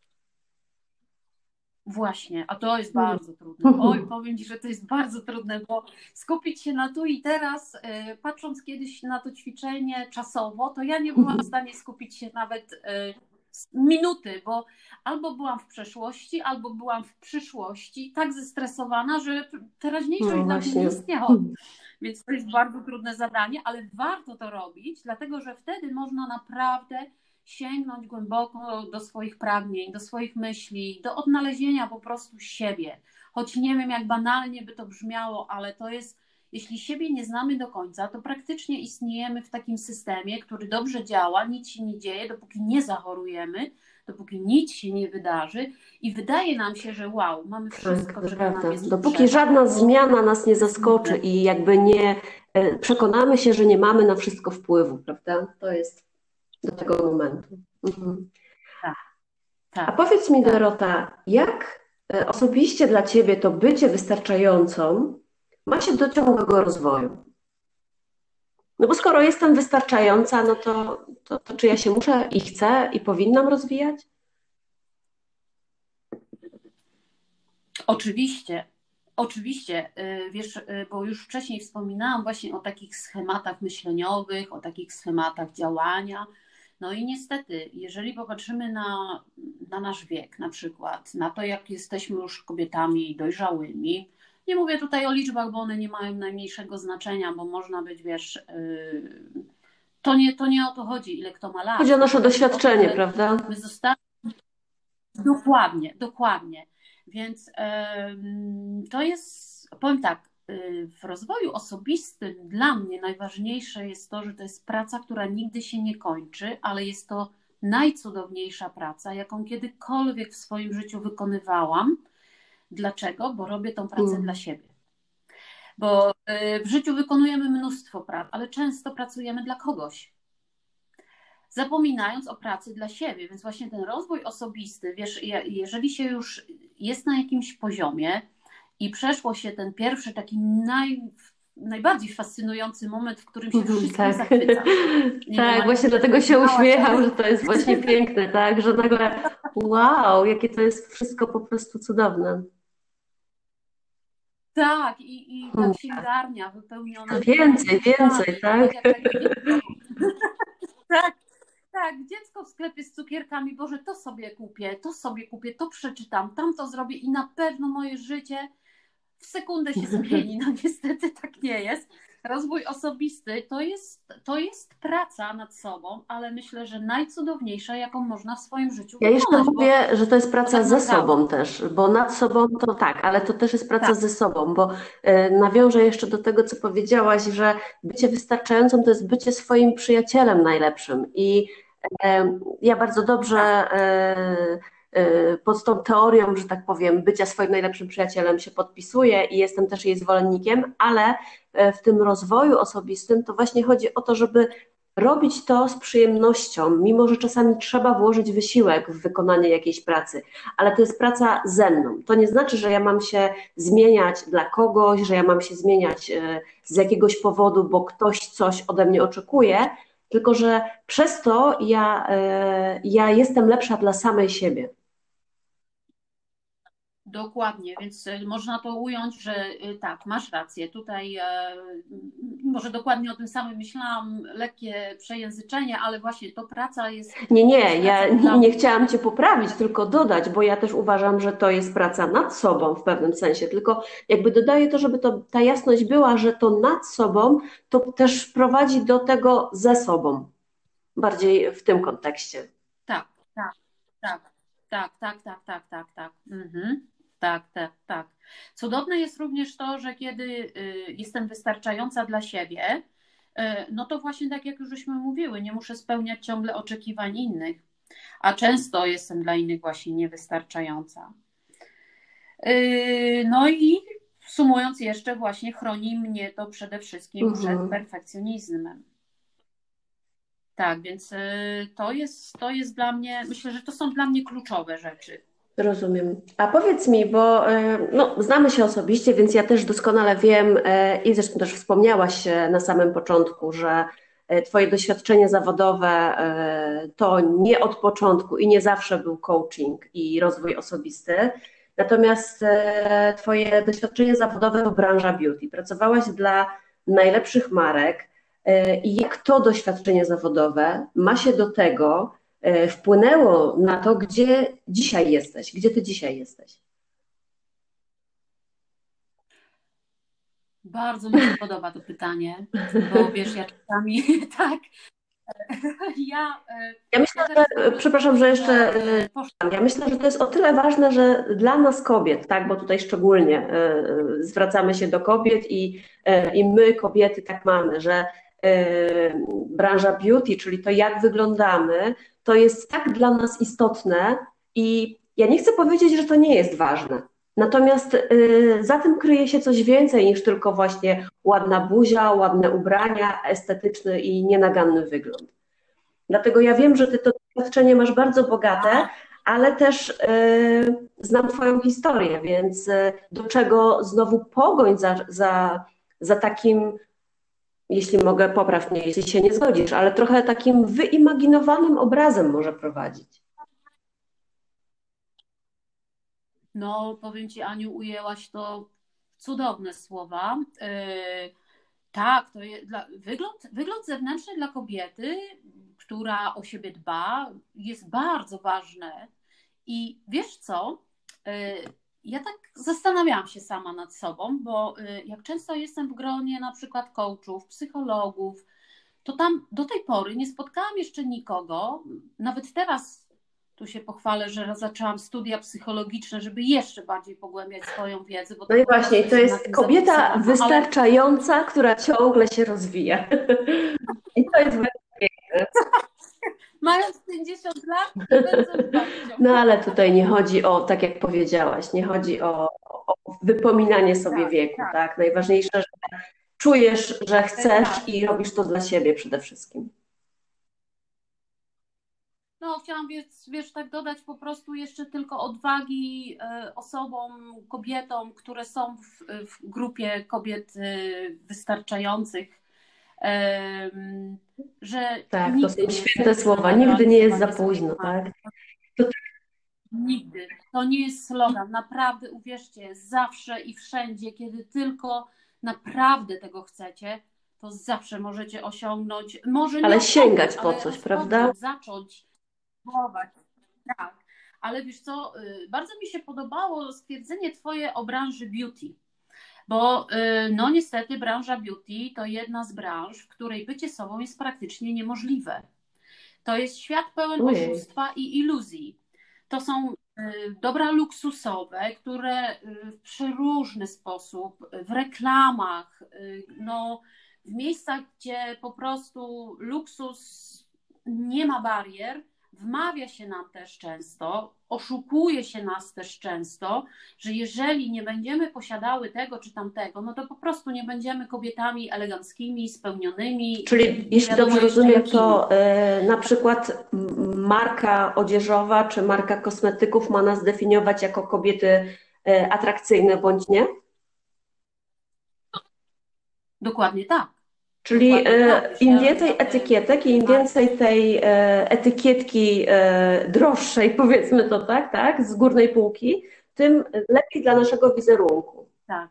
Właśnie, a to jest bardzo trudne. Oj, powiem Ci, że to jest bardzo trudne, bo skupić się na tu i teraz, yy, patrząc kiedyś na to ćwiczenie czasowo, to ja nie byłam w stanie skupić się nawet yy, minuty, bo albo byłam w przeszłości, albo byłam w przyszłości, tak zestresowana, że teraźniejszość No dla mnie nie właśnie. istniała. Więc to jest bardzo trudne zadanie, ale warto to robić, dlatego że wtedy można naprawdę sięgnąć głęboko do swoich pragnień, do swoich myśli, do odnalezienia po prostu siebie. Choć nie wiem, jak banalnie by to brzmiało, ale to jest, jeśli siebie nie znamy do końca, to praktycznie istniejemy w takim systemie, który dobrze działa, nic się nie dzieje, dopóki nie zachorujemy, dopóki nic się nie wydarzy i wydaje nam się, że wow, mamy wszystko, Tak, czego nam jest dopóki potrzeba. żadna zmiana nas nie zaskoczy i jakby nie przekonamy się, że nie mamy na wszystko wpływu, prawda? To jest do tego momentu. Mhm. Tak, tak, A powiedz mi, tak. Dorota, jak osobiście dla Ciebie to bycie wystarczającą ma się do ciągłego rozwoju? No bo skoro jestem wystarczająca, no to, to, to czy ja się muszę i chcę i powinnam rozwijać? Oczywiście, oczywiście, wiesz, bo już wcześniej wspominałam właśnie o takich schematach myśleniowych, o takich schematach działania. No i niestety, jeżeli popatrzymy na, na nasz wiek na przykład, na to, jak jesteśmy już kobietami dojrzałymi, nie mówię tutaj o liczbach, bo one nie mają najmniejszego znaczenia, bo można być, wiesz, to nie, to nie o to chodzi, ile kto ma lat. Chodzi o nasze doświadczenie, prawda? My zostali... Dokładnie, dokładnie. Więc to jest, powiem tak, w rozwoju osobistym dla mnie najważniejsze jest to, że to jest praca, która nigdy się nie kończy, ale jest to najcudowniejsza praca, jaką kiedykolwiek w swoim życiu wykonywałam. Dlaczego? Bo robię tą pracę mm. dla siebie. Bo w życiu wykonujemy mnóstwo prac, ale często pracujemy dla kogoś, zapominając o pracy dla siebie. Więc właśnie ten rozwój osobisty, wiesz, jeżeli się już jest na jakimś poziomie i przeszło się ten pierwszy taki naj, najbardziej fascynujący moment, w którym się wszystkim tak. zachwyca. Nie tak, wiem, właśnie dlatego się uśmiecham, że to jest właśnie piękne, tak, że nagle wow, jakie to jest wszystko po prostu cudowne. Tak, i, i ta księgarnia wypełniona... Więcej, więcej, tak? tak, tak. Tak, dziecko w sklepie z cukierkami, Boże, to sobie kupię, to sobie kupię, to przeczytam, tam to zrobię i na pewno moje życie w sekundę się zmieni. No niestety tak nie jest. Rozwój osobisty to jest, to jest praca nad sobą, ale myślę, że najcudowniejsza, jaką można w swoim życiu ja wykonać. Ja jeszcze mówię, bo, że to jest praca tak ze naprawdę. sobą też, bo nad sobą to tak, ale to też jest praca tak. ze sobą, bo e, nawiążę jeszcze do tego, co powiedziałaś, że bycie wystarczającą to jest bycie swoim przyjacielem najlepszym i e, ja bardzo dobrze e, pod tą teorią, że tak powiem, bycia swoim najlepszym przyjacielem się podpisuję i jestem też jej zwolennikiem, ale w tym rozwoju osobistym to właśnie chodzi o to, żeby robić to z przyjemnością, mimo że czasami trzeba włożyć wysiłek w wykonanie jakiejś pracy, ale to jest praca ze mną. To nie znaczy, że ja mam się zmieniać dla kogoś, że ja mam się zmieniać z jakiegoś powodu, bo ktoś coś ode mnie oczekuje, tylko że przez to ja, ja jestem lepsza dla samej siebie. Dokładnie, więc można to ująć, że tak, masz rację. Tutaj może dokładnie o tym samym myślałam, lekkie przejęzyczenie, ale właśnie to praca jest... Nie, nie, ja nie chciałam Cię poprawić, tylko dodać, bo ja też uważam, że to jest praca nad sobą w pewnym sensie, tylko jakby dodaję to, żeby to, ta jasność była, że to nad sobą to też prowadzi do tego ze sobą, bardziej w tym kontekście. Tak, tak, tak, tak, tak, tak, tak, tak, tak. Mhm. Tak, tak, tak. Cudowne jest również to, że kiedy jestem wystarczająca dla siebie, no to właśnie tak jak już żeśmy mówiły, nie muszę spełniać ciągle oczekiwań innych, a często jestem dla innych właśnie niewystarczająca. No i sumując jeszcze właśnie chroni mnie to przede wszystkim mhm. przed perfekcjonizmem. Tak, więc to jest, to jest dla mnie, myślę, że to są dla mnie kluczowe rzeczy. Rozumiem. A powiedz mi, bo no, znamy się osobiście, więc ja też doskonale wiem i zresztą też wspomniałaś na samym początku, że Twoje doświadczenie zawodowe to nie od początku i nie zawsze był coaching i rozwój osobisty. Natomiast Twoje doświadczenie zawodowe to branża beauty. Pracowałaś dla najlepszych marek i jak to doświadczenie zawodowe ma się do tego, wpłynęło na to, gdzie dzisiaj jesteś, gdzie ty dzisiaj jesteś? Bardzo mi się podoba to pytanie, bo wiesz, ja czasami tak, ja... Ja myślę, ja że, przepraszam, że jeszcze, ja myślę, że to jest o tyle ważne, że dla nas kobiet, tak, bo tutaj szczególnie zwracamy się do kobiet i, i my kobiety tak mamy, że branża beauty, czyli to jak wyglądamy, to jest tak dla nas istotne i ja nie chcę powiedzieć, że to nie jest ważne. Natomiast y, za tym kryje się coś więcej niż tylko właśnie ładna buzia, ładne ubrania, estetyczny i nienaganny wygląd. Dlatego ja wiem, że ty to doświadczenie masz bardzo bogate, ale też y, znam twoją historię, więc y, do czego znowu pogoń za, za, za takim, jeśli mogę, popraw mnie, jeśli się nie zgodzisz, ale trochę takim wyimaginowanym obrazem może prowadzić. No, powiem Ci, Aniu, ujęłaś to w cudowne słowa. Yy, tak, to jest dla, wygląd, wygląd zewnętrzny dla kobiety, która o siebie dba, jest bardzo ważny. I wiesz co? Yy, ja tak zastanawiałam się sama nad sobą, bo yy, jak często jestem w gronie na przykład coachów, psychologów, to tam do tej pory nie spotkałam jeszcze nikogo, nawet teraz tu się pochwalę, że zaczęłam studia psychologiczne, żeby jeszcze bardziej pogłębiać swoją wiedzę. Bo no i właśnie, to jest kobieta wystarczająca, ale... która ciągle się rozwija. I to jest piękne. Mając pięćdziesiąt lat, to bardzo no ale tutaj nie chodzi o, tak jak powiedziałaś, nie chodzi o, o wypominanie sobie tak, wieku, tak. tak? Najważniejsze, że czujesz, że chcesz tak. i robisz to dla siebie przede wszystkim. No, chciałam, wiesz, wiesz, tak dodać po prostu jeszcze tylko odwagi osobom, kobietom, które są w, w grupie kobiet wystarczających, że tak, to są święte słowa, nigdy nie jest za późno, tak? To... Nigdy. To nie jest slogan, naprawdę uwierzcie, zawsze i wszędzie, kiedy tylko naprawdę tego chcecie, to zawsze możecie osiągnąć, może nie ale osiągnąć, sięgać po ale coś, prawda? Zacząć. Tak, ale wiesz co, bardzo mi się podobało stwierdzenie Twoje o branży beauty, bo no niestety branża beauty to jedna z branż, w której bycie sobą jest praktycznie niemożliwe. To jest świat pełen Ojej. oszustwa i iluzji. To są dobra luksusowe, które w przeróżny sposób, w reklamach, no, w miejscach, gdzie po prostu luksus nie ma barier, wmawia się nam też często, oszukuje się nas też często, że jeżeli nie będziemy posiadały tego czy tamtego, no to po prostu nie będziemy kobietami eleganckimi, spełnionymi. Czyli Nie jeśli wiadomo dobrze jeszcze rozumiem, jakimi. to y, na przykład m, marka odzieżowa czy marka kosmetyków ma nas definiować jako kobiety y, atrakcyjne bądź nie? Dokładnie tak. Czyli Dokładnie tak. y, Wiesz, im ja, więcej ja te etykietek i im marki. więcej tej y, etykietki y, droższej, powiedzmy to tak, tak, z górnej półki, tym lepiej dla naszego wizerunku. Tak.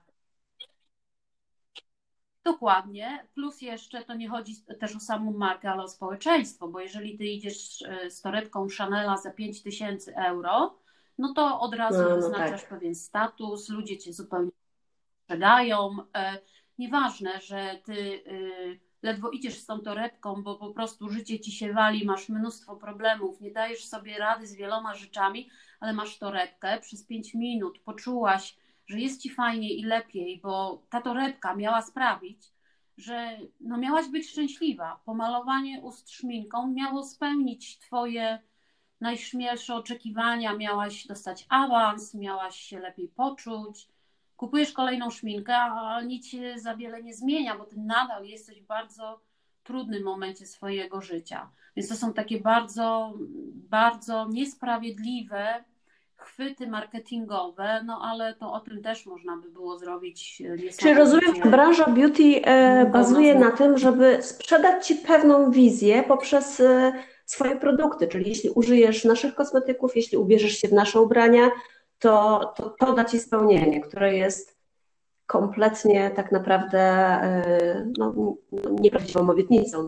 Dokładnie, plus jeszcze to nie chodzi też o samą markę, ale o społeczeństwo, bo jeżeli ty idziesz e, z torebką Chanela za pięć tysięcy euro, no to od razu No, no wyznaczasz tak. pewien status, ludzie cię zupełnie sprzedają. E, Nieważne, że ty e, ledwo idziesz z tą torebką, bo po prostu życie ci się wali, masz mnóstwo problemów, nie dajesz sobie rady z wieloma rzeczami, ale masz torebkę, przez pięć minut poczułaś, że jest ci fajniej i lepiej, bo ta torebka miała sprawić, że no miałaś być szczęśliwa. Pomalowanie ust szminką miało spełnić twoje najśmielsze oczekiwania, miałaś dostać awans, miałaś się lepiej poczuć. Kupujesz kolejną szminkę, a nic się za wiele nie zmienia, bo ty nadal jesteś w bardzo trudnym momencie swojego życia. Więc to są takie bardzo, bardzo niesprawiedliwe chwyty marketingowe, no ale to o tym też można by było zrobić Czyli rozumiem, że niesamowicie branża beauty e, długo. No, bazuje na tym, żeby sprzedać Ci pewną wizję poprzez e, swoje produkty. Czyli jeśli użyjesz naszych kosmetyków, jeśli ubierzesz się w nasze ubrania, to to, to da Ci spełnienie, które jest kompletnie tak naprawdę e, no, no, nieprawdziwą obietnicą.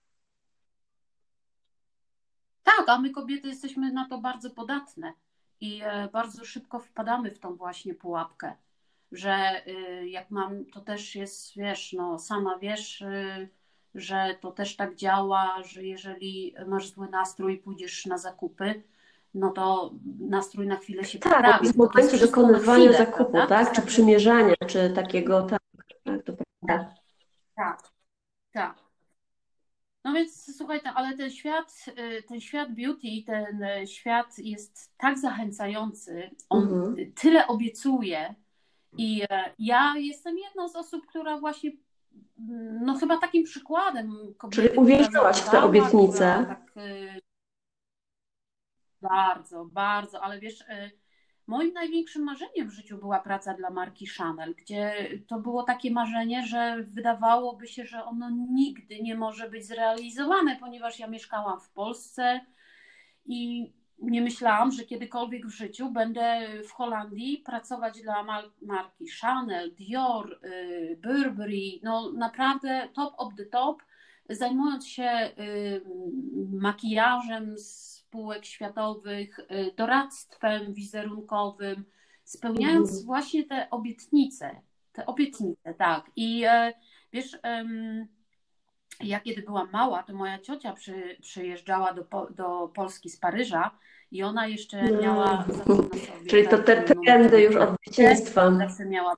tak, a my kobiety jesteśmy na to bardzo podatne i e, bardzo szybko wpadamy w tą właśnie pułapkę, że y, jak mam, to też jest, wiesz, no sama wiesz, y, że to też tak działa, że jeżeli masz zły nastrój i pójdziesz na zakupy, no to nastrój na chwilę się Tak, bo poprawi, w tylko to jest momencie wszystko na dokonywania chwilę, zakupu, prawda? To tak, jest czy tak, że przymierzania, czy takiego, tak, tak, to prawda. tak, tak. No więc słuchaj, no, ale ten świat, y, ten świat beauty, ten y, świat jest tak zachęcający, on Mhm. tyle obiecuje i e, ja jestem jedną z osób, która właśnie, mm, no chyba takim przykładem Czyli kobiety, która uwierzyłaś w te zaufała, która obietnice. tak y, bardzo, bardzo, ale wiesz, y, moim największym marzeniem w życiu była praca dla marki Chanel, gdzie to było takie marzenie, że wydawałoby się, że ono nigdy nie może być zrealizowane, ponieważ ja mieszkałam w Polsce i nie myślałam, że kiedykolwiek w życiu będę w Holandii pracować dla marki Chanel, Dior, y, Burberry, no naprawdę top of the top, zajmując się y, makijażem spółek światowych, y, doradztwem wizerunkowym, spełniając Mhm. właśnie te obietnice, te obietnice, tak. I e, wiesz, em, ja kiedy byłam mała, to moja ciocia przy, przyjeżdżała do, Po- do Polski z Paryża i ona jeszcze No. miała zawsze na sobie Czyli to te perfum trendy już od Nuit, dzieciństwa. zawsze miała.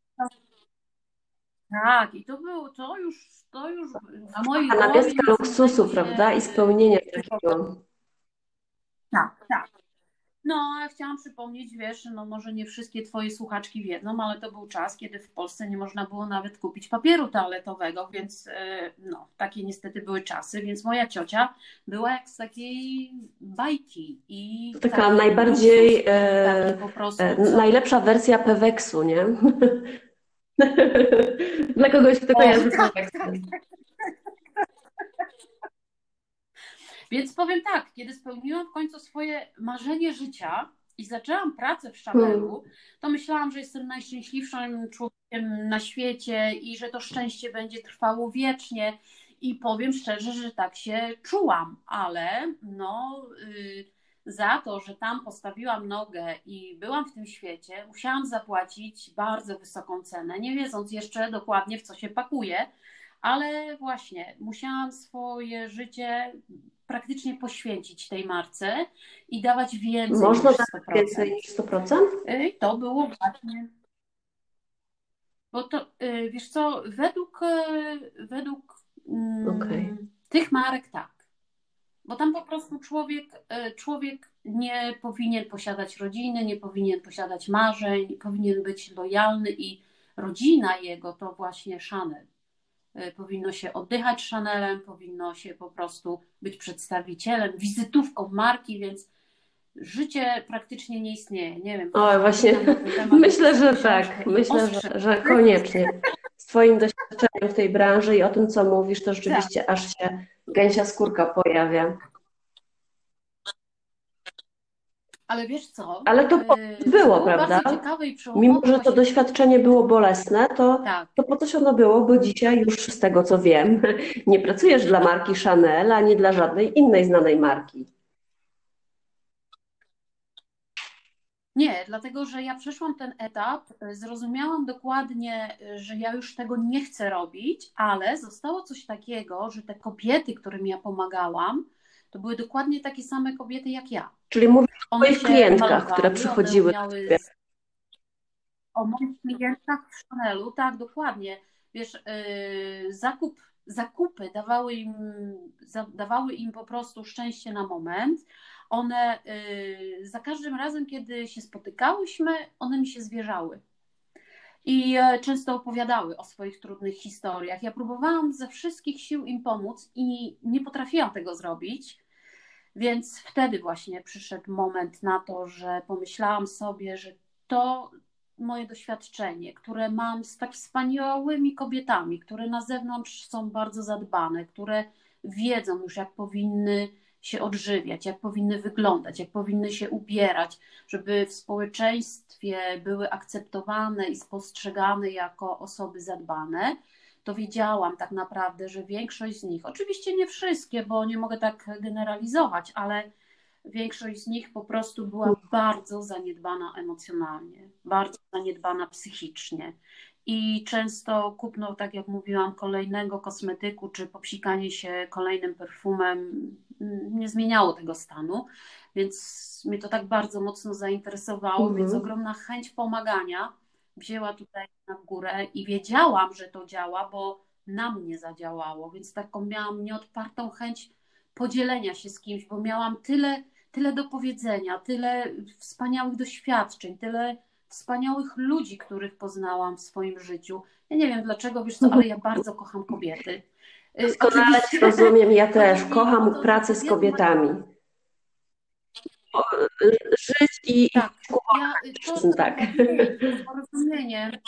Tak, i to było, to już, to już w mojej głowie Kanapieska nic innego luksusu, się prawda? I y, spełnienia tylko. takiego. Tak, tak. No, a ja chciałam przypomnieć, wiesz, no może nie wszystkie twoje słuchaczki wiedzą, ale to był czas, kiedy w Polsce nie można było nawet kupić papieru toaletowego, więc y, no, takie niestety były czasy, więc moja ciocia była jak z takiej bajki i To taka taki luksus najbardziej, i takie e, po prostu e, co. najlepsza wersja Peweksu, nie? Dla kogoś, kto O, kojarzy tak, tak. Peweksy. Więc powiem tak, kiedy spełniłam w końcu swoje marzenie życia i zaczęłam pracę w Hmm. Chanelu, to myślałam, że jestem najszczęśliwszym człowiekiem na świecie i że to szczęście będzie trwało wiecznie. I powiem szczerze, że tak się czułam, ale no, yy, za to, że tam postawiłam nogę i byłam w tym świecie, musiałam zapłacić bardzo wysoką cenę, nie wiedząc jeszcze dokładnie, w co się pakuje. Ale właśnie, musiałam swoje życie praktycznie poświęcić tej marce i dawać więcej Można niż dać sto więcej procent. niż sto procent? I to było właśnie, bo to, y, wiesz co, według, y, według Okej. mm, tych marek tak. Bo tam po prostu człowiek, e, człowiek nie powinien posiadać rodziny, nie powinien posiadać marzeń, powinien być lojalny i rodzina jego to właśnie Chanel. E, Powinno się oddychać Chanelem, powinno się po prostu być przedstawicielem, wizytówką marki, więc życie praktycznie nie istnieje. Nie wiem, O, właśnie poczytam na ten temat myślę, jakąś że książkę tak. i Myślę, że, ostrzec. że koniecznie. Z Twoim doświadczeniem w tej branży i o tym, co mówisz, to Tak, rzeczywiście aż się gęsia skórka pojawia. ale wiesz co? Ale to po E, coś Co było, było prawda? bardzo ciekawe i Mimo, przełomowe że to właśnie. doświadczenie było bolesne, to, Tak. to po coś ono było, bo dzisiaj już z tego, co wiem, nie pracujesz dla marki Chanel, ani dla żadnej innej znanej marki. Nie, dlatego że ja przeszłam ten etap, y, zrozumiałam dokładnie, y, że ja już tego nie chcę robić, ale zostało coś takiego, że te kobiety, którym ja pomagałam, to były dokładnie takie same kobiety jak ja. Czyli mówisz o One Twoich się klientkach, które malowały, one przychodziły do umiały Ciebie. z... O moich klientach w Chanelu, tak, dokładnie. Wiesz, yy, zakup, zakupy dawały im, za, dawały im po prostu szczęście na moment. One yy, za każdym razem, kiedy się spotykałyśmy, one mi się zwierzały. I e, często opowiadały o swoich trudnych historiach. Ja próbowałam ze wszystkich sił im pomóc i nie potrafiłam tego zrobić, więc wtedy właśnie przyszedł moment na to, że pomyślałam sobie, że to moje doświadczenie, które mam z tak wspaniałymi kobietami, które na zewnątrz są bardzo zadbane, które wiedzą już, jak powinny się odżywiać, jak powinny wyglądać, jak powinny się ubierać, żeby w społeczeństwie były akceptowane i spostrzegane jako osoby zadbane, to wiedziałam tak naprawdę, że większość z nich, oczywiście nie wszystkie, bo nie mogę tak generalizować, ale większość z nich po prostu była bardzo zaniedbana emocjonalnie, bardzo zaniedbana psychicznie. I często kupno, tak jak mówiłam, kolejnego kosmetyku czy popsikanie się kolejnym perfumem nie zmieniało tego stanu, więc mnie to tak bardzo mocno zainteresowało, więc Mhm. ogromna chęć pomagania wzięła tutaj na górę i wiedziałam, że to działa, bo na mnie zadziałało, więc taką miałam nieodpartą chęć podzielenia się z kimś, bo miałam tyle, tyle do powiedzenia, tyle wspaniałych doświadczeń, tyle wspaniałych ludzi, których poznałam w swoim życiu. Ja nie wiem dlaczego, wiesz co, ale ja bardzo kocham kobiety. Y, Doskonale Cię Oczywiście rozumiem, ja chodzi też mi o kocham to, że pracę z kobiety mają... kobietami. Żyć i, i Tak, ja, to, z tak. to nie jest porozumienie.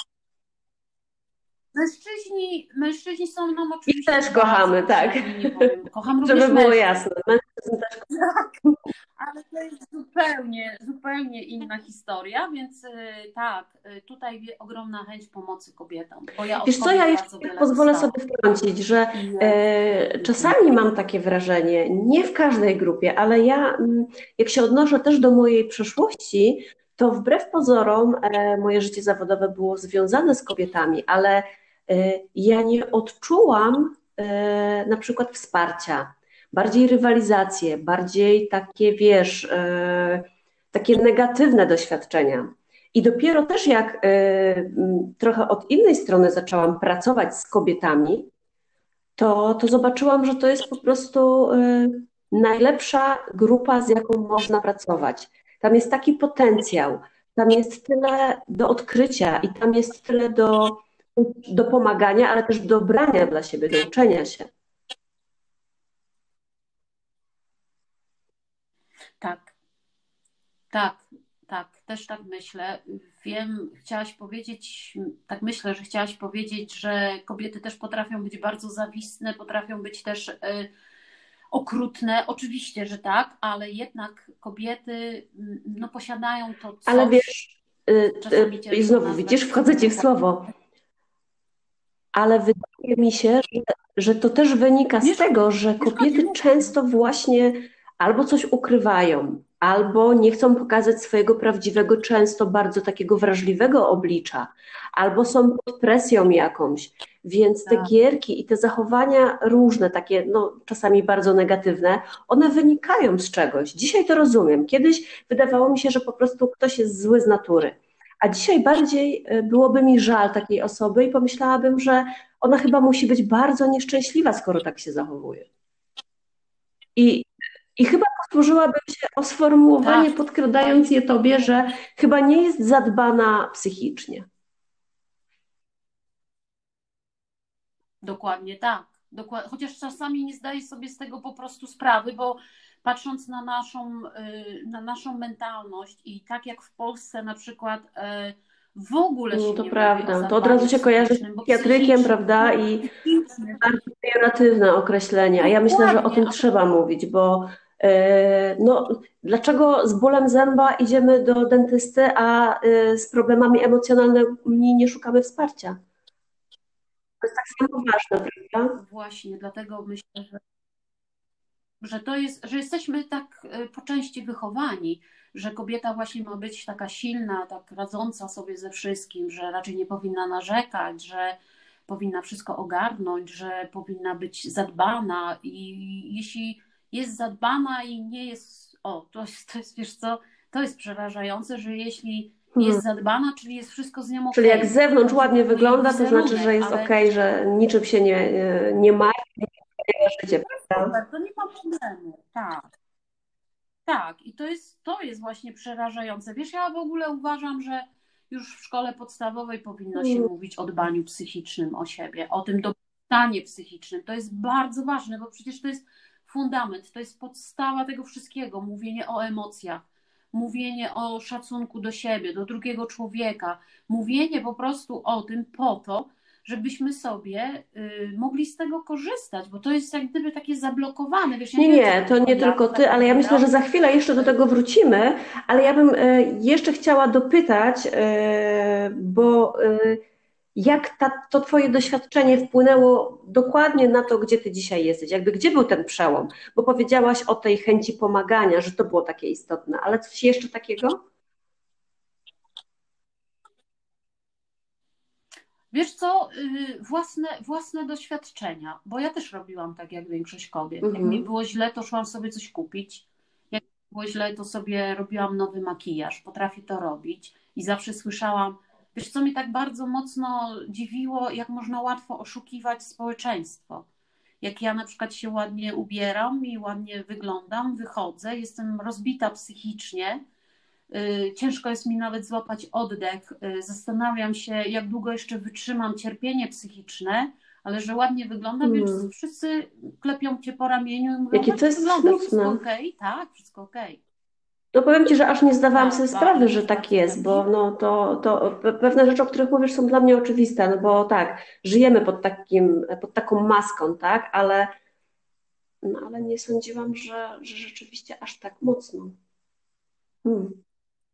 Mężczyźni, mężczyźni są nam I oczywiście też bardzo kochamy, tak. potrzebni, nie powiem. Kocham również Żeby było mężczyzn. jasne. Mężczyzn też Tak, ale to jest zupełnie, zupełnie inna historia, więc y, tak, y, tutaj wie- ogromna chęć pomocy kobietom, bo ja od Wiesz co, ja kobiet jeszcze bardzo tak wiele pozwolę dostałam. sobie wtrącić, że I, e, y, czasami mam takie wrażenie, nie w każdej grupie, ale ja, mm, jak się odnoszę też do mojej przeszłości, to wbrew pozorom e, moje życie zawodowe było związane z kobietami, ale e, ja nie odczułam e, na przykład wsparcia, bardziej rywalizację, bardziej takie, wiesz, e, takie negatywne doświadczenia. I dopiero też jak y, m, trochę od innej strony zaczęłam pracować z kobietami, to, to zobaczyłam, że to jest po prostu y, najlepsza grupa, z jaką można pracować. Tam jest taki potencjał, tam jest tyle do odkrycia i tam jest tyle do, do pomagania, ale też do brania dla siebie, do uczenia się. tak, tak, tak, też tak myślę. Wiem, chciałaś powiedzieć, tak myślę, że chciałaś powiedzieć, że kobiety też potrafią być bardzo zawistne, potrafią być też y, okrutne. Oczywiście, że tak, ale jednak kobiety mm, no, posiadają to Ale coś, wiesz, y, y, czasami i ciężko znowu widzisz, nazwać wchodzę ci w słowo, ale wydaje mi się, że, że to też wynika z Mieszka, tego, że mieszkanie. kobiety często właśnie albo coś ukrywają, albo nie chcą pokazać swojego prawdziwego, często bardzo takiego wrażliwego oblicza, albo są pod presją jakąś. Więc te Tak, gierki i te zachowania różne, takie no, czasami bardzo negatywne, one wynikają z czegoś. Dzisiaj to rozumiem. Kiedyś wydawało mi się, że po prostu ktoś jest zły z natury. A dzisiaj bardziej y, byłoby mi żal takiej osoby i pomyślałabym, że ona chyba musi być bardzo nieszczęśliwa, skoro tak się zachowuje. I I chyba posłużyłabym się o Tak, sformułowanie, moim podkradając je tobie, że chyba nie jest zadbana psychicznie. dokładnie tak. Dokład... Chociaż czasami nie zdaję sobie z tego po prostu sprawy, bo patrząc na naszą, y, na naszą mentalność i tak jak w Polsce na przykład y, w ogóle No się to nie mówi o prawda. To od razu zadbaniu się kojarzy z psychicznym, bo psychiatrykiem, psychiczny, prawda? I psychiczny, bardzo pejoratywne określenie, a ja myślę, że o dokładnie, tym a trzeba mówić, bo e, no, dlaczego z bólem zęba idziemy do dentysty, a e, z problemami emocjonalnymi nie szukamy wsparcia? To jest tak samo ważne, prawda? właśnie dlatego myślę, że że to jest, że jesteśmy tak e, po części wychowani, że kobieta właśnie ma być taka silna, tak radząca sobie ze wszystkim, że raczej nie powinna narzekać, że powinna wszystko ogarnąć, że powinna być zadbana i jeśli jest zadbana i nie jest, o, to jest, to jest wiesz co, to jest przerażające, że jeśli Hmm. jest zadbana, czyli jest wszystko z nią Czyli jak z okej, zewnątrz chodzi ładnie o jej wygląda, to znaczy, że wizerunek, jest ale okej, że niczym się nie, e, nie martwi, życie, prawda? super, to nie ma problemu, tak. Tak, i to jest, to jest właśnie przerażające. Wiesz, ja w ogóle uważam, że już w szkole podstawowej powinno się Hmm. mówić o dbaniu psychicznym o siebie, o tym dobrostanie psychicznym. To jest bardzo ważne, bo przecież to jest fundament, to jest podstawa tego wszystkiego. Mówienie o emocjach, mówienie o szacunku do siebie, do drugiego człowieka, mówienie po prostu o tym po to, żebyśmy sobie y, mogli z tego korzystać, bo to jest jak gdyby takie zablokowane. Wiesz, ja Nie, nie wiem, czy nie, to to tylko nie ja tylko to tak ty, ale ja myślę, że odbieram. za chwilę jeszcze do Y, tego wrócimy, ale ja bym e, jeszcze chciała dopytać, e, bo e, jak ta, to twoje doświadczenie wpłynęło dokładnie na to, gdzie ty dzisiaj jesteś? Jakby gdzie był ten przełom? Bo powiedziałaś o tej chęci pomagania, że to było takie istotne, ale coś jeszcze takiego? Wiesz co, y, własne, własne doświadczenia, bo ja też robiłam tak jak większość kobiet. Jak mi Mhm. było źle, to szłam sobie coś kupić. Jak mi było źle, to sobie robiłam nowy makijaż. Potrafię to robić i zawsze słyszałam, wiesz co mi tak bardzo mocno dziwiło, jak można łatwo oszukiwać społeczeństwo. Jak ja na przykład się ładnie ubieram i ładnie wyglądam, wychodzę, jestem rozbita psychicznie, y, ciężko jest mi nawet złapać oddech. Y, Zastanawiam się, jak długo jeszcze wytrzymam cierpienie psychiczne, ale że ładnie wyglądam, więc Hmm. wszyscy klepią cię po ramieniu i mówią, Jakie to ładnie jest wyglądasz, wszystko smutne. okej? Tak, wszystko okej. No powiem Ci, że aż nie zdawałam sobie Tak, ba- sprawy, to że jest tak bardzo jest, bo prawdziwe. no to, to pe- pewne rzeczy, o których mówisz, są dla mnie oczywiste, no bo tak, żyjemy pod takim, pod taką maską, tak, ale, no, ale nie sądziłam, że, że rzeczywiście aż tak mocno. Hmm.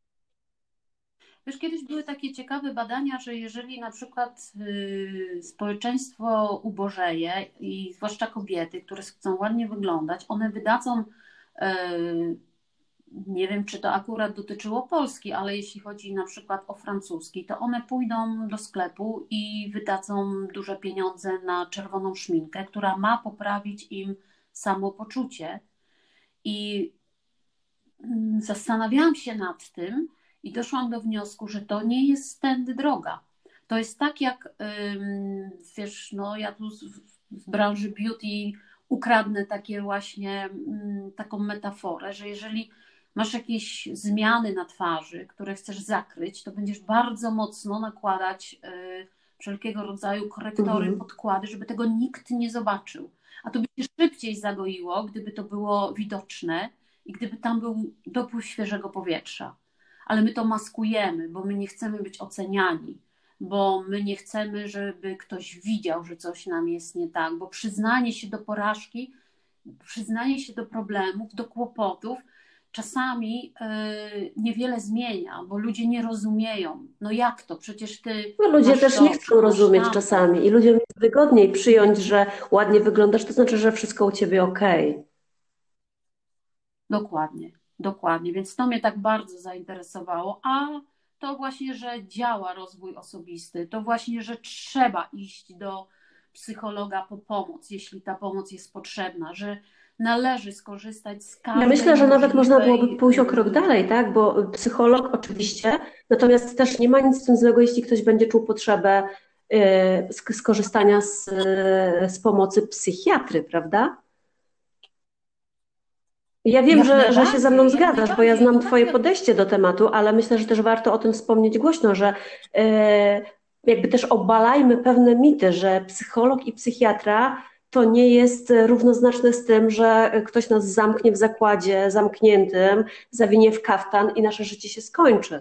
Wiesz, kiedyś były takie ciekawe badania, że jeżeli na przykład y, społeczeństwo ubożeje i zwłaszcza kobiety, które chcą ładnie wyglądać, one wydadzą, y, nie wiem, czy to akurat dotyczyło Polski, ale jeśli chodzi na przykład o francuski, to one pójdą do sklepu i wydadzą duże pieniądze na czerwoną szminkę, która ma poprawić im samopoczucie. I mm, zastanawiałam się nad tym i doszłam do wniosku, że to nie jest tędy droga. To jest tak jak, ym, wiesz, no ja tu z, z branży beauty ukradnę takie właśnie, mm, taką metaforę, że jeżeli masz jakieś zmiany na twarzy, które chcesz zakryć, to będziesz bardzo mocno nakładać y, wszelkiego rodzaju korektory, Mhm. podkłady, żeby tego nikt nie zobaczył. A to by się szybciej zagoiło, gdyby to było widoczne i gdyby tam był dopływ świeżego powietrza. Ale my to maskujemy, bo my nie chcemy być oceniani, bo my nie chcemy, żeby ktoś widział, że coś nam jest nie tak, bo przyznanie się do porażki, przyznanie się do problemów, do kłopotów czasami yy, niewiele zmienia, bo ludzie nie rozumieją. No jak to? Przecież ty No, ludzie masz też nie to, chcą masz rozumieć tamto. czasami i ludziom jest wygodniej przyjąć, że ładnie wyglądasz, to znaczy, że wszystko u Ciebie okej. Dokładnie, dokładnie. Więc to mnie tak bardzo zainteresowało. A to właśnie, że działa rozwój osobisty, to właśnie, że trzeba iść do psychologa po pomoc, jeśli ta pomoc jest potrzebna, że należy skorzystać z Ja każdej myślę, że nawet można byłoby możliwej. pójść o krok Yy, dalej, tak? Bo psycholog oczywiście, natomiast też nie ma nic z tym złego, jeśli ktoś będzie czuł potrzebę y, sk- skorzystania z, y, z pomocy psychiatry, prawda? Ja wiem, Jak że, że się ze mną najbardziej, jak zgadzasz, bo ja najbardziej. znam I tak Twoje jak podejście do tematu, ale myślę, że też warto o tym wspomnieć głośno, że e, jakby też obalajmy pewne mity, że psycholog i psychiatra to nie jest równoznaczne z tym, że ktoś nas zamknie w zakładzie zamkniętym, zawinie w kaftan i nasze życie się skończy.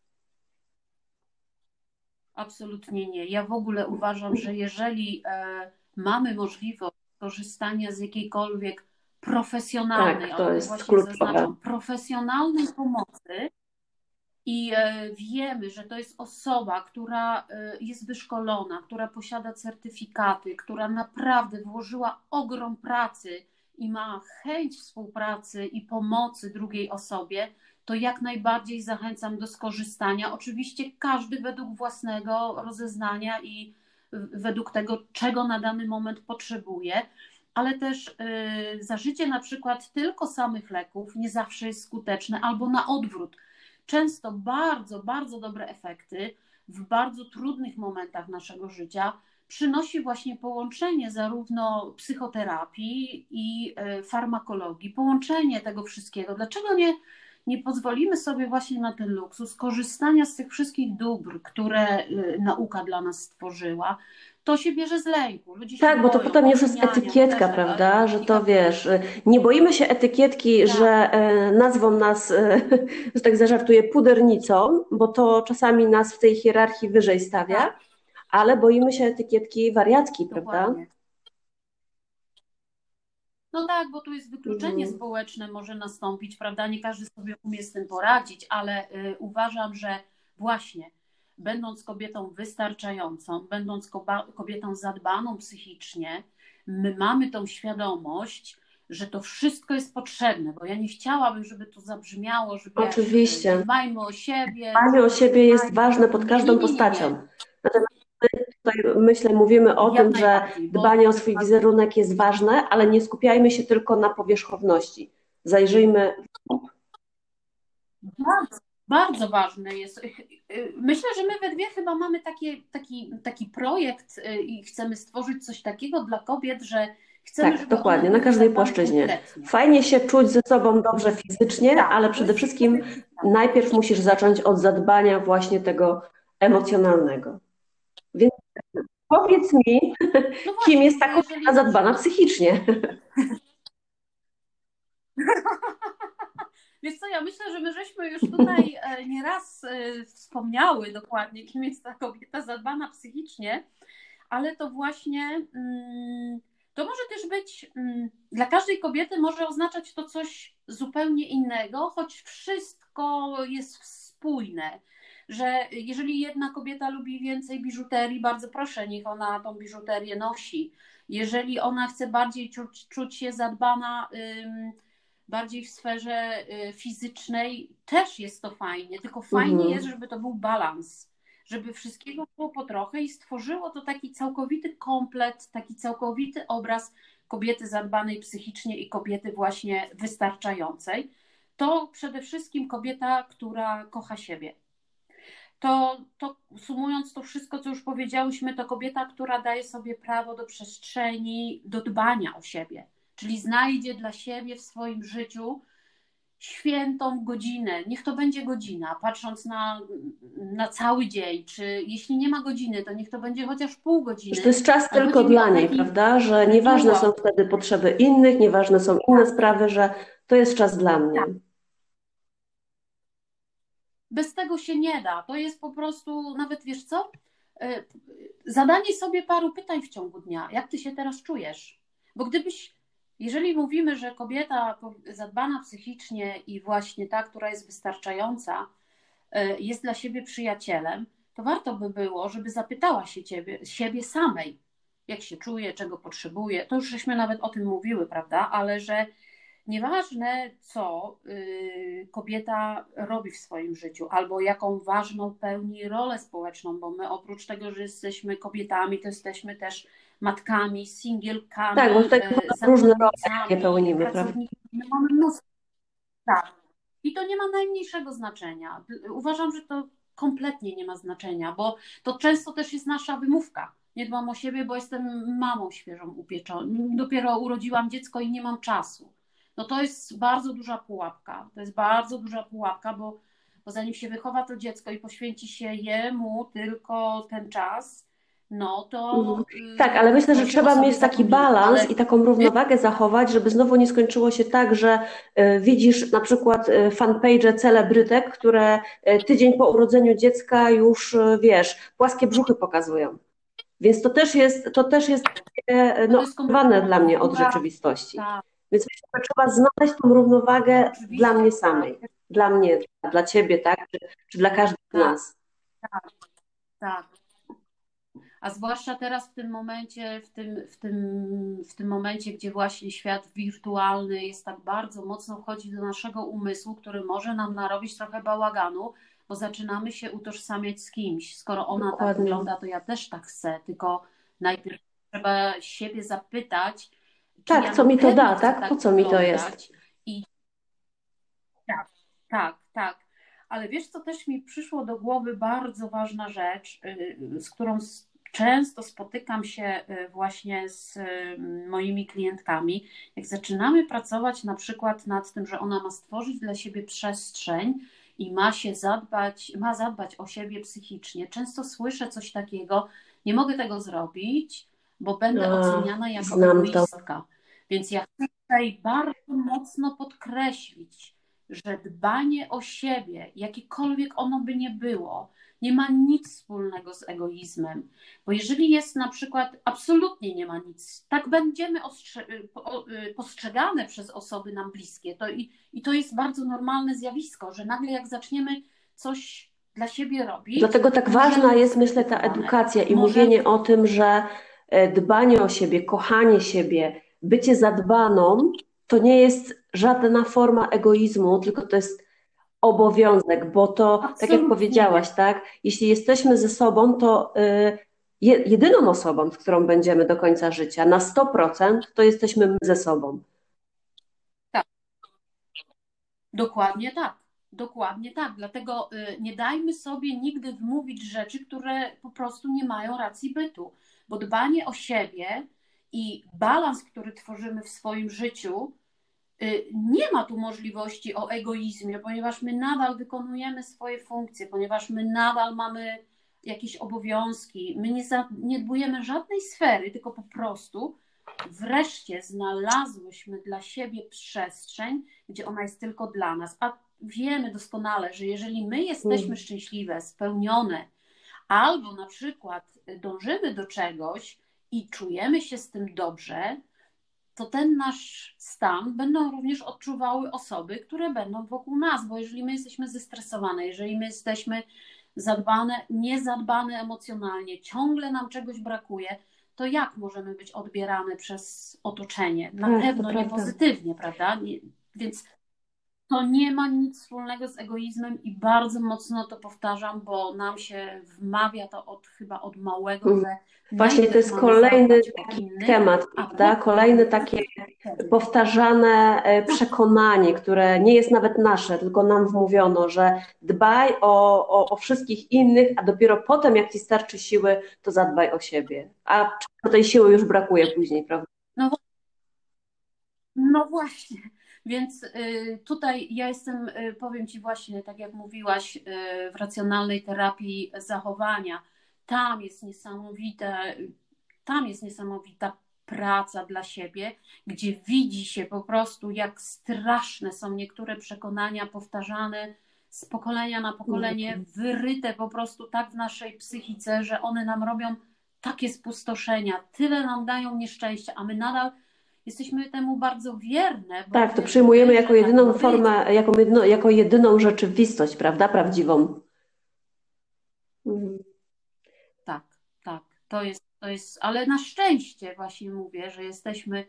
absolutnie nie. Ja w ogóle uważam, że jeżeli e, mamy możliwość korzystania z jakiejkolwiek profesjonalnej, Tak, ale to to jest właśnie kluczowe. zaznaczam, profesjonalnej pomocy i e, wiemy, że to jest osoba, która e, jest wyszkolona, która posiada certyfikaty, która naprawdę włożyła ogrom pracy i ma chęć współpracy i pomocy drugiej osobie, to jak najbardziej zachęcam do skorzystania. Oczywiście każdy według własnego rozeznania i według tego, czego na dany moment potrzebuje, ale też y, zażycie na przykład tylko samych leków nie zawsze jest skuteczne, albo na odwrót. Często bardzo, bardzo dobre efekty w bardzo trudnych momentach naszego życia przynosi właśnie połączenie zarówno psychoterapii i y, farmakologii, połączenie tego wszystkiego. Dlaczego nie nie pozwolimy sobie właśnie na ten luksus korzystania z tych wszystkich dóbr, które y, nauka dla nas stworzyła? To się bierze z lęku. Ludzie się Tak, bo to boją potem już jest oceniania, to etykietka, też tak, ale prawda, że to etykieta, wiesz, nie boimy się etykietki, że tak, e, nazwą nas, e, że tak zażartuję, pudernicą, bo to czasami nas w tej hierarchii wyżej stawia, tak, ale boimy się etykietki wariackiej, prawda? dokładnie. No tak, bo tu jest wykluczenie Mhm. społeczne może nastąpić, prawda? Nie każdy sobie umie z tym poradzić, ale y, uważam, że właśnie będąc kobietą wystarczającą, będąc koba- kobietą zadbaną psychicznie, my mamy tą świadomość, że to wszystko jest potrzebne, bo ja nie chciałabym, żeby to zabrzmiało, że wiesz, y, Oczywiście. dbajmy o siebie, Dbanie o róbmy co siebie jest fajnie. ważne pod Nie, nie, każdą nie, nie, nie. postacią. Natomiast tutaj myślę, mówimy o Jak tym, że najbardziej, bo dbanie o na swój przykład wizerunek jest ważne, ale nie skupiajmy się tylko na powierzchowności. Zajrzyjmy. bardzo, bardzo ważne jest. Myślę, że my we dwie chyba mamy taki, taki, taki projekt y, i chcemy stworzyć coś takiego dla kobiet, że chcemy, Tak, żeby one dokładnie, na były każdej zadbane płaszczyźnie. kompletnie. Fajnie się czuć ze sobą dobrze fizycznie, Tak, ale to przede jest wszystkim projekt. najpierw musisz zacząć od zadbania właśnie tego emocjonalnego. Więc powiedz mi, No kim właśnie, jest no ta bo kobieta jeżeli na zadbana przykład, psychicznie? wiesz co, ja myślę, że my żeśmy już tutaj e, nieraz e, wspomniały dokładnie, kim jest ta kobieta zadbana psychicznie, ale to właśnie mm, to może też być mm, dla każdej kobiety może oznaczać to coś zupełnie innego, choć wszystko jest spójne. Że jeżeli jedna kobieta lubi więcej biżuterii, bardzo proszę, niech ona tą biżuterię nosi. Jeżeli ona chce bardziej czuć, czuć się zadbana, ym, bardziej w sferze y, fizycznej, też jest to fajnie, tylko fajnie jest, Mhm. żeby to był balans, żeby wszystkiego było po trochę i stworzyło to taki całkowity komplet, taki całkowity obraz kobiety zadbanej psychicznie i kobiety właśnie wystarczającej. To przede wszystkim kobieta, która kocha siebie. To, to sumując to wszystko, co już powiedziałyśmy, to kobieta, która daje sobie prawo do przestrzeni, do dbania o siebie, czyli znajdzie dla siebie w swoim życiu świętą godzinę, niech to będzie godzina, patrząc na, na cały dzień, czy jeśli nie ma godziny, to niech to będzie chociaż pół Że to godziny, jest czas ale tylko chodzi mi dla o niej, taki prawda? Że nieważne są rytuał. wtedy potrzeby innych, nieważne są inne sprawy, że to jest czas dla mnie. Bez tego się nie da. To jest po prostu, nawet wiesz co, e, zadanie sobie paru pytań w ciągu dnia. Jak ty się teraz czujesz? Bo gdybyś, jeżeli mówimy, że kobieta zadbana psychicznie i właśnie ta, która jest wystarczająca, e, jest dla siebie przyjacielem, to warto by było, żeby zapytała się ciebie, siebie samej, jak się czuje, czego potrzebuje. To już żeśmy nawet o tym mówiły, prawda? Ale że nieważne, co y, kobieta robi w swoim życiu, albo jaką ważną pełni rolę społeczną, bo my oprócz tego, że jesteśmy kobietami, to jesteśmy też matkami, Tak, bo singielkami, tutaj y, różne role, jakie zakonnicami, pełnimy, prawda? pracownikami. My mamy mnóstwo. Tak. I to nie ma najmniejszego znaczenia. Uważam, że to kompletnie nie ma znaczenia, bo to często też jest nasza wymówka. Nie dbam o siebie, bo jestem mamą świeżą upieczoną. Dopiero urodziłam dziecko i nie mam czasu. no to jest bardzo duża pułapka. To jest bardzo duża pułapka, bo, bo zanim się wychowa to dziecko i poświęci się jemu tylko ten czas, no to, Mhm. Tak, ale yy, myślę, to że się o trzeba sobie mieć taki zapomina. balans Ale i taką równowagę zachować, żeby znowu nie skończyło się tak, że e, widzisz na przykład e, fanpage celebrytek, które e, tydzień po urodzeniu dziecka już, e, wiesz, płaskie brzuchy pokazują. Więc to też jest, to też jest takie, e, no to no, jest oderwane dla mnie od konfiguracja, rzeczywistości. tak, Więc myślę, że trzeba znaleźć tą równowagę dla oczywiście, mnie że tak, samej, dla mnie, dla ciebie, tak, czy, czy dla każdego z tak, nas. tak, tak. A zwłaszcza teraz w tym momencie, w tym, w tym, w tym momencie, gdzie właśnie świat wirtualny jest tak bardzo mocno wchodzi do naszego umysłu, który może nam narobić trochę bałaganu, bo zaczynamy się utożsamiać z kimś. Skoro ona tak Dokładnie. wygląda, to ja też tak chcę, tylko najpierw trzeba siebie zapytać, czy Tak, ja co na mi to pewno da, chcę tak? Po tak co mi to jest? wyglądać. I tak, tak, tak. Ale wiesz, co też mi przyszło do głowy, bardzo ważna rzecz, y, z którą s- często spotykam się y, właśnie z y, moimi klientkami. Jak zaczynamy pracować na przykład nad tym, że ona ma stworzyć dla siebie przestrzeń i ma się zadbać, ma zadbać o siebie psychicznie. Często słyszę coś takiego, nie mogę tego zrobić, bo będę A, oceniana jako znam to. egoistka. Więc ja chcę tutaj bardzo mocno podkreślić, że dbanie o siebie, jakiekolwiek ono by nie było, nie ma nic wspólnego z egoizmem. Bo jeżeli jest na przykład, absolutnie nie ma nic, tak będziemy ostrze- po- postrzegane przez osoby nam bliskie. To i, I to jest bardzo normalne zjawisko, że nagle jak zaczniemy coś dla siebie robić, Dlatego tak to możemy ważna być jest, myślę, ta skrytykowane. edukacja i Możemy, mówienie o tym, że e, dbanie o siebie, kochanie siebie, bycie zadbaną, to nie jest żadna forma egoizmu, tylko to jest obowiązek, bo to, tak jak absolutnie nie. powiedziałaś, tak, jeśli jesteśmy ze sobą, to y, je- jedyną osobą, z którą będziemy do końca życia, na sto procent, to jesteśmy my ze sobą. Tak. Dokładnie tak. Dokładnie tak. Dlatego y, nie dajmy sobie nigdy wmówić rzeczy, które po prostu nie mają racji bytu. Bo dbanie o siebie i balans, który tworzymy w swoim życiu, y, nie ma tu możliwości o egoizmie, ponieważ my nadal wykonujemy swoje funkcje, ponieważ my nadal mamy jakieś obowiązki. My nie, za, nie dbujemy żadnej sfery, tylko po prostu wreszcie znalazłyśmy dla siebie przestrzeń, gdzie ona jest tylko dla nas. A wiemy doskonale, że jeżeli my jesteśmy Mm. szczęśliwe, spełnione, albo na przykład dążymy do czegoś i czujemy się z tym dobrze, to ten nasz stan będą również odczuwały osoby, które będą wokół nas, bo jeżeli my jesteśmy zestresowane, jeżeli my jesteśmy zadbane, niezadbane emocjonalnie, ciągle nam czegoś brakuje, to jak możemy być odbierane przez otoczenie? Na Tak, to pewno nie prawda. pozytywnie, prawda? Nie, więc to nie ma nic wspólnego z egoizmem i bardzo mocno to powtarzam, bo nam się wmawia to od chyba od małego, Mm. że Właśnie to najpierw jest mamy kolejny zadbać o taki innych, temat, a prawda? potem Kolejne mamy takie wtedy. powtarzane e, przekonanie, które nie jest nawet nasze, tylko nam wmówiono, że dbaj o, o, o wszystkich innych, a dopiero potem, jak ci starczy siły, to zadbaj o siebie. A często tej siły już brakuje później, prawda? No, no właśnie, więc y, tutaj ja jestem, y, powiem Ci właśnie, tak jak mówiłaś, y, w racjonalnej terapii zachowania. Tam jest niesamowite, tam jest niesamowita praca dla siebie, gdzie widzi się po prostu, jak straszne są niektóre przekonania powtarzane z pokolenia na pokolenie, wyryte po prostu tak w naszej psychice, że one nam robią takie spustoszenia, tyle nam dają nieszczęścia, a my nadal jesteśmy temu bardzo wierne, bo Tak, to przyjmujemy wierzymy, jako że tak ma jedyną być. formę, jako, jedno, jako jedyną rzeczywistość, prawda? Prawdziwą. Mhm. Tak, tak, to jest, to jest, ale na szczęście właśnie mówię, że jesteśmy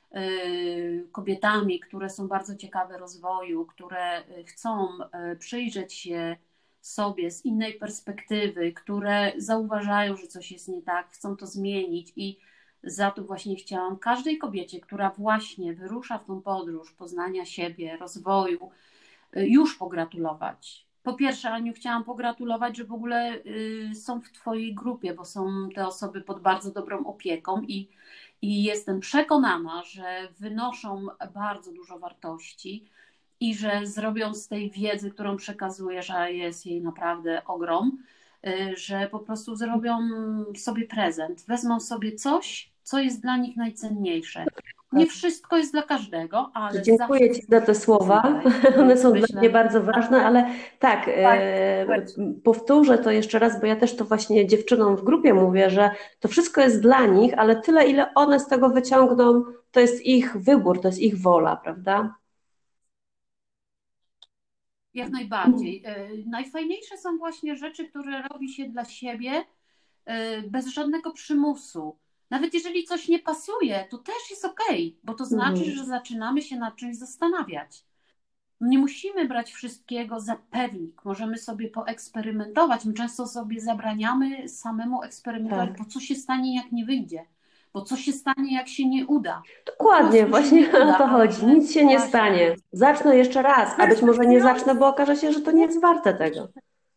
y, kobietami, które są bardzo ciekawe rozwoju, które y, chcą y, przyjrzeć się sobie z innej perspektywy, które zauważają, że coś jest nie tak, chcą to zmienić i za to właśnie chciałam każdej kobiecie, która właśnie wyrusza w tą podróż poznania siebie, rozwoju, y, już pogratulować. po pierwsze, Aniu, chciałam pogratulować, że w ogóle y, są w Twojej grupie, bo są te osoby pod bardzo dobrą opieką i, i jestem przekonana, że wynoszą bardzo dużo wartości i że zrobią z tej wiedzy, którą przekazujesz, a jest jej naprawdę ogrom, y, że po prostu zrobią sobie prezent, wezmą sobie coś, co jest dla nich najcenniejsze. Nie wszystko jest dla każdego, ale Dziękuję zawsze Ci za te słowa. znaleźć, One więc są dla myślę, mnie bardzo ważne, ale tak, tak, e, powtórzę to jeszcze raz, bo ja też to właśnie dziewczynom w grupie mówię, że to wszystko jest dla nich, ale tyle, ile one z tego wyciągną, to jest ich wybór, to jest ich wola, prawda? jak najbardziej. E, Najfajniejsze są właśnie rzeczy, które robi się dla siebie e, bez żadnego przymusu. Nawet jeżeli coś nie pasuje, to też jest okej, bo to znaczy, Mhm. że zaczynamy się nad czymś zastanawiać. Nie musimy brać wszystkiego za pewnik. Możemy sobie poeksperymentować. My często sobie zabraniamy samemu eksperymentować, Tak. bo co się stanie, jak nie wyjdzie? Bo co się stanie, jak się nie uda? Po Dokładnie, prostu się nie właśnie o uda, to ale chodzi. że Nic się nie właśnie stanie. Zacznę jeszcze raz, a być może nie zacznę, bo okaże się, że to nie jest warte tego.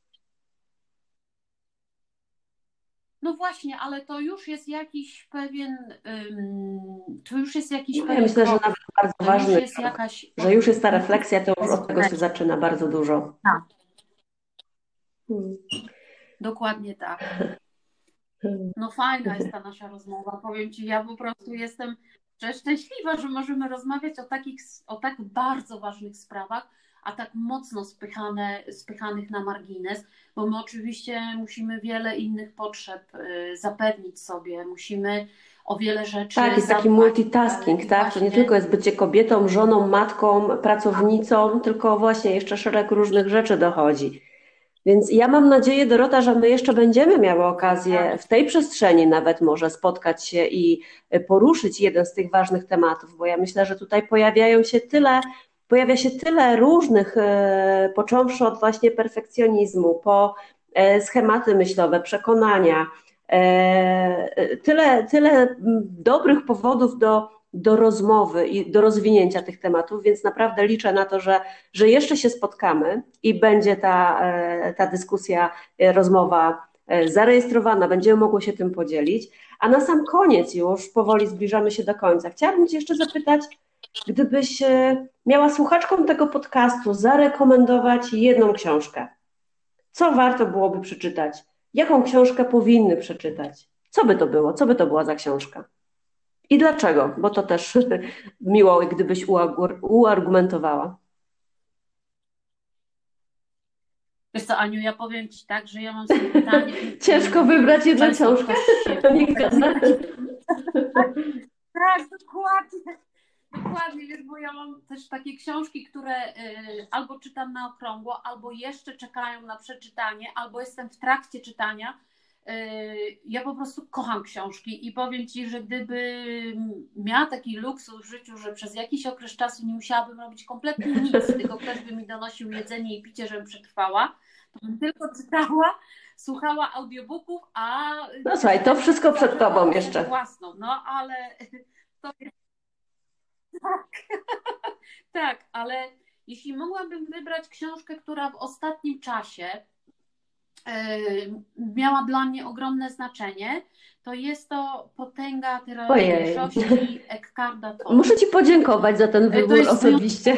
no właśnie, ale to już jest jakiś pewien, ym, to już jest jakiś No, ja pewien myślę, że krok. nawet bardzo To już ważny, jest jakaś że już jest ta odpowiedź. refleksja, to już od tego się zaczyna bardzo dużo. Tak, Hmm. dokładnie tak. No fajna jest ta nasza rozmowa. Powiem Ci, ja po prostu jestem szczęśliwa, że możemy rozmawiać o takich, o tak bardzo ważnych sprawach, a tak mocno spychane, spychanych na margines, bo my oczywiście musimy wiele innych potrzeb y, zapewnić sobie, musimy o wiele rzeczy Tak, jest taki zadbać. multitasking, I tak? To nie właśnie tylko jest bycie kobietą, żoną, matką, pracownicą, tylko właśnie jeszcze szereg różnych rzeczy dochodzi. Więc ja mam nadzieję, Dorota, że my jeszcze będziemy miały okazję w tej przestrzeni nawet może spotkać się i poruszyć jeden z tych ważnych tematów, bo ja myślę, że tutaj pojawiają się tyle, pojawia się tyle różnych, e, począwszy od właśnie perfekcjonizmu, po e, schematy myślowe, przekonania, e, tyle, tyle dobrych powodów do, do rozmowy i do rozwinięcia tych tematów, więc naprawdę liczę na to, że, że jeszcze się spotkamy i będzie ta, e, ta dyskusja, e, rozmowa e, zarejestrowana, będziemy mogły się tym podzielić. A na sam koniec już, powoli zbliżamy się do końca. Chciałabym Cię jeszcze zapytać, gdybyś e, miała słuchaczkom tego podcastu zarekomendować jedną książkę, co warto byłoby przeczytać? Jaką książkę powinny przeczytać? Co by to było? Co by to była za książka? I dlaczego? Bo to też miło, gdybyś uagur- uargumentowała. wiesz co, Aniu, ja powiem Ci tak, że ja mam z tym pytaniem Ciężko wybrać jedną często książkę? też się Nieprawda? tak, dokładnie. Dokładnie, wiesz, bo ja mam też takie książki, które y, albo czytam na okrągło, albo jeszcze czekają na przeczytanie, albo jestem w trakcie czytania. Y, ja po prostu kocham książki i powiem Ci, że gdyby miała taki luksus w życiu, że przez jakiś okres czasu nie musiałabym robić kompletnie nic, tylko ktoś by mi donosił jedzenie i picie, żebym przetrwała, to bym tylko czytała, słuchała audiobooków, a No słuchaj, to wszystko przed tobą jeszcze. własną, no ale to tak, tak, ale jeśli mogłabym wybrać książkę, która w ostatnim czasie yy, miała dla mnie ogromne znaczenie, to jest to Potęga Teraźniejszości Eckharta Tolle. Muszę Ci podziękować za ten wybór osobiście.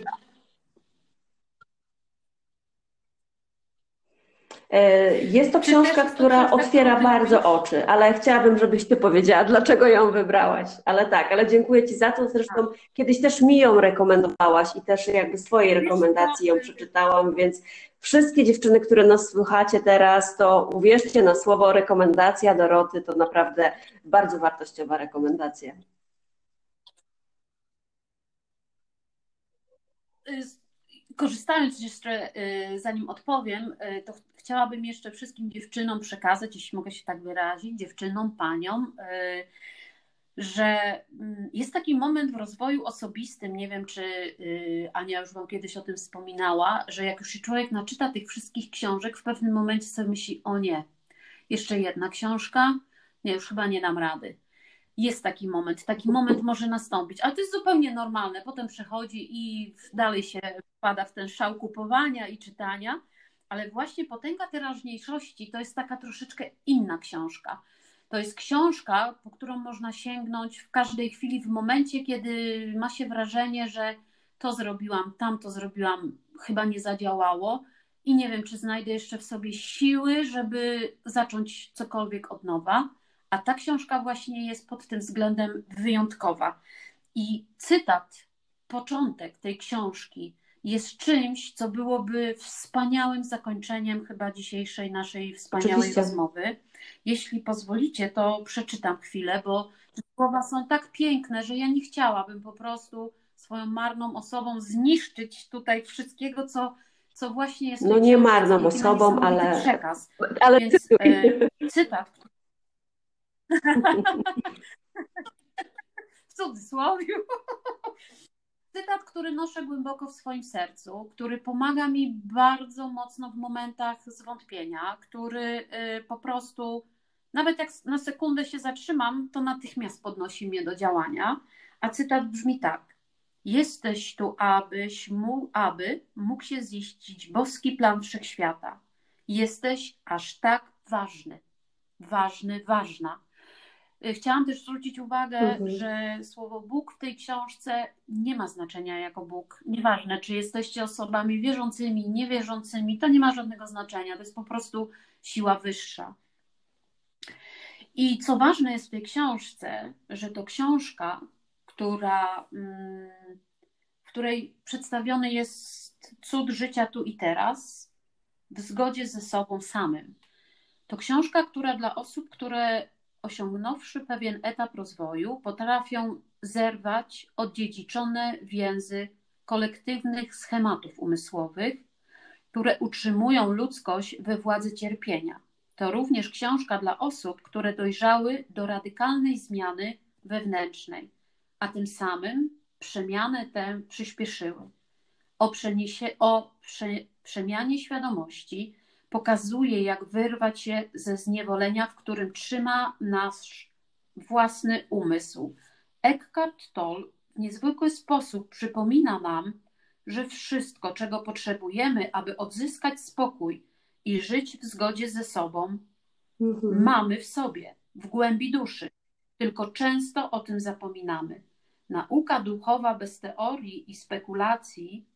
Jest to książka, która otwiera bardzo oczy, ale chciałabym, żebyś Ty powiedziała, dlaczego ją wybrałaś. Ale tak, ale dziękuję Ci za to. Zresztą kiedyś też mi ją rekomendowałaś i też jakby swojej rekomendacji ją przeczytałam, więc wszystkie dziewczyny, które nas słuchacie teraz, to uwierzcie na słowo, rekomendacja Doroty to naprawdę bardzo wartościowa rekomendacja. Korzystając jeszcze, zanim odpowiem, to chciałabym jeszcze wszystkim dziewczynom przekazać, jeśli mogę się tak wyrazić, dziewczynom, paniom, że jest taki moment w rozwoju osobistym, nie wiem, czy Ania już Wam kiedyś o tym wspominała, że jak już się człowiek naczyta tych wszystkich książek, w pewnym momencie sobie myśli, o nie, jeszcze jedna książka, nie, już chyba nie dam rady. Jest taki moment, taki moment może nastąpić, ale to jest zupełnie normalne, potem przechodzi i dalej się wpada w ten szał kupowania i czytania, Ale właśnie Potęga Teraźniejszości to jest taka troszeczkę inna książka. To jest książka, po którą można sięgnąć w każdej chwili, w momencie, kiedy ma się wrażenie, że to zrobiłam, tamto zrobiłam, chyba nie zadziałało i nie wiem, czy znajdę jeszcze w sobie siły, żeby zacząć cokolwiek od nowa. A ta książka właśnie jest pod tym względem wyjątkowa. I cytat, początek tej książki jest czymś, co byłoby wspaniałym zakończeniem chyba dzisiejszej naszej wspaniałej Oczywiście. rozmowy. Jeśli pozwolicie, to przeczytam chwilę, bo te słowa są tak piękne, że ja nie chciałabym po prostu swoją marną osobą zniszczyć tutaj wszystkiego, co, co właśnie jest w No tej nie książce. marną Jest taki osobą, niesamowity ale, przekaz. ale Więc e, cytat w cudzysłowie. Cytat, który noszę głęboko w swoim sercu, który pomaga mi bardzo mocno w momentach zwątpienia, który y, po prostu, nawet jak na sekundę się zatrzymam, to natychmiast podnosi mnie do działania. A cytat brzmi tak. Jesteś tu, abyś mógł, aby mógł się ziścić boski plan wszechświata. Jesteś aż tak ważny, ważny, ważna. Chciałam też zwrócić uwagę, Mhm. że słowo Bóg w tej książce nie ma znaczenia jako Bóg. Nieważne, czy jesteście osobami wierzącymi, niewierzącymi, to nie ma żadnego znaczenia. To jest po prostu siła wyższa. I co ważne jest w tej książce, że to książka, która, w której przedstawiony jest cud życia tu i teraz, w zgodzie ze sobą samym. To książka, która dla osób, które osiągnąwszy pewien etap rozwoju, potrafią zerwać odziedziczone więzy kolektywnych schematów umysłowych, które utrzymują ludzkość we władzy cierpienia. To również książka dla osób, które dojrzały do radykalnej zmiany wewnętrznej, a tym samym przemianę tę przyspieszyły. O, przeniesie, o prze, przemianie świadomości pokazuje, jak wyrwać się ze zniewolenia, w którym trzyma nasz własny umysł. Eckhart Tolle w niezwykły sposób przypomina nam, że wszystko, czego potrzebujemy, aby odzyskać spokój i żyć w zgodzie ze sobą, Mhm. mamy w sobie, w głębi duszy. Tylko często o tym zapominamy. Nauka duchowa bez teorii i spekulacji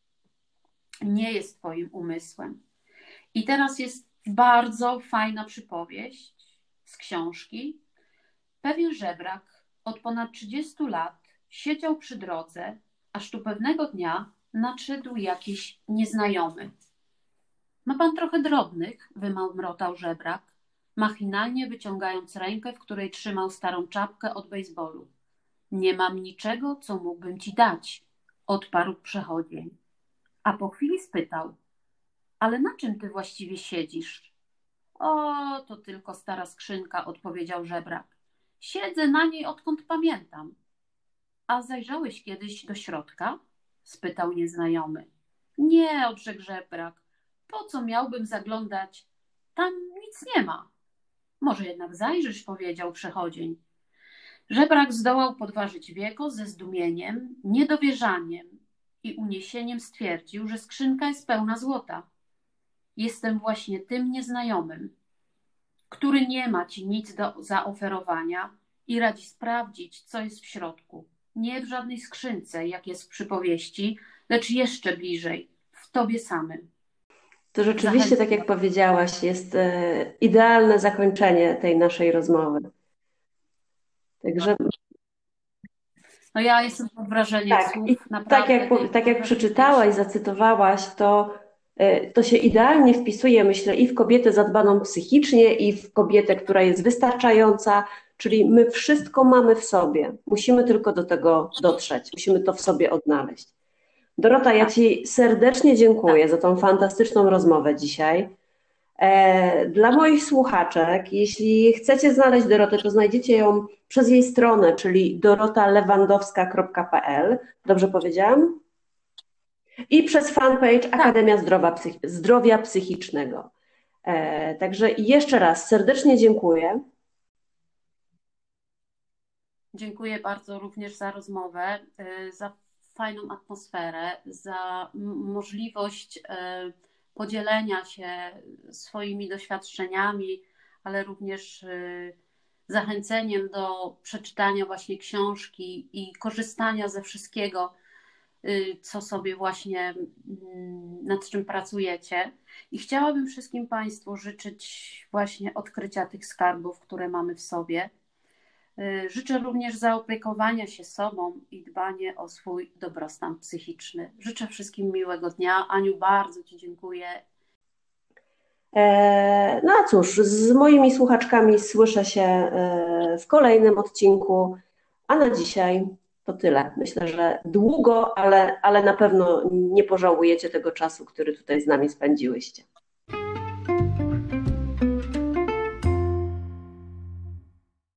nie jest twoim umysłem. I teraz jest bardzo fajna przypowieść z książki. Pewien żebrak od ponad trzydziestu lat siedział przy drodze, aż tu pewnego dnia nadszedł jakiś nieznajomy. Ma pan trochę drobnych, wymamrotał żebrak, machinalnie wyciągając rękę, w której trzymał starą czapkę od bejsbolu. Nie mam niczego, co mógłbym ci dać, odparł przechodzień. A po chwili spytał, ale na czym ty właściwie siedzisz? O, to tylko stara skrzynka, odpowiedział żebrak. Siedzę na niej, odkąd pamiętam. A zajrzałeś kiedyś do środka? Spytał nieznajomy. Nie, odrzekł żebrak. Po co miałbym zaglądać? Tam nic nie ma. Może jednak zajrzysz, powiedział przechodzień. Żebrak zdołał podważyć wieko ze zdumieniem, niedowierzaniem i uniesieniem stwierdził, że skrzynka jest pełna złota. Jestem właśnie tym nieznajomym, który nie ma ci nic do zaoferowania i radzi sprawdzić, co jest w środku. Nie w żadnej skrzynce, jak jest w przypowieści, lecz jeszcze bliżej, w tobie samym. To rzeczywiście, Zachęcam. tak jak powiedziałaś, jest e, idealne zakończenie tej naszej rozmowy. Także No ja jestem pod wrażeniem tak, słów, i tak naprawdę. jak, po- tak jak przeczytałaś, zacytowałaś, to, e, to się idealnie wpisuje, myślę, i w kobietę zadbaną psychicznie, i w kobietę, która jest wystarczająca, czyli my wszystko mamy w sobie. Musimy tylko do tego dotrzeć, musimy to w sobie odnaleźć. Dorota, ja Ci serdecznie dziękuję za tą fantastyczną rozmowę dzisiaj. E, Dla moich słuchaczek, jeśli chcecie znaleźć Dorotę, to znajdziecie ją przez jej stronę, czyli dorota lewandowska kropka p l. Dobrze powiedziałam? I przez fanpage Akademia Zdrowia, Psych- Zdrowia Psychicznego. E, Także jeszcze raz serdecznie dziękuję. Dziękuję bardzo również za rozmowę, y, za fajną atmosferę, za m- możliwość y, podzielenia się swoimi doświadczeniami, ale również zachęceniem do przeczytania właśnie książki i korzystania ze wszystkiego, co sobie właśnie, nad czym pracujecie. I chciałabym wszystkim Państwu życzyć właśnie odkrycia tych skarbów, które mamy w sobie. Życzę również zaopiekowania się sobą i dbania o swój dobrostan psychiczny. Życzę wszystkim miłego dnia. Aniu, bardzo Ci dziękuję. No a cóż, z moimi słuchaczkami słyszę się w kolejnym odcinku, a na dzisiaj to tyle. Myślę, że długo, ale, ale na pewno nie pożałujecie tego czasu, który tutaj z nami spędziłyście.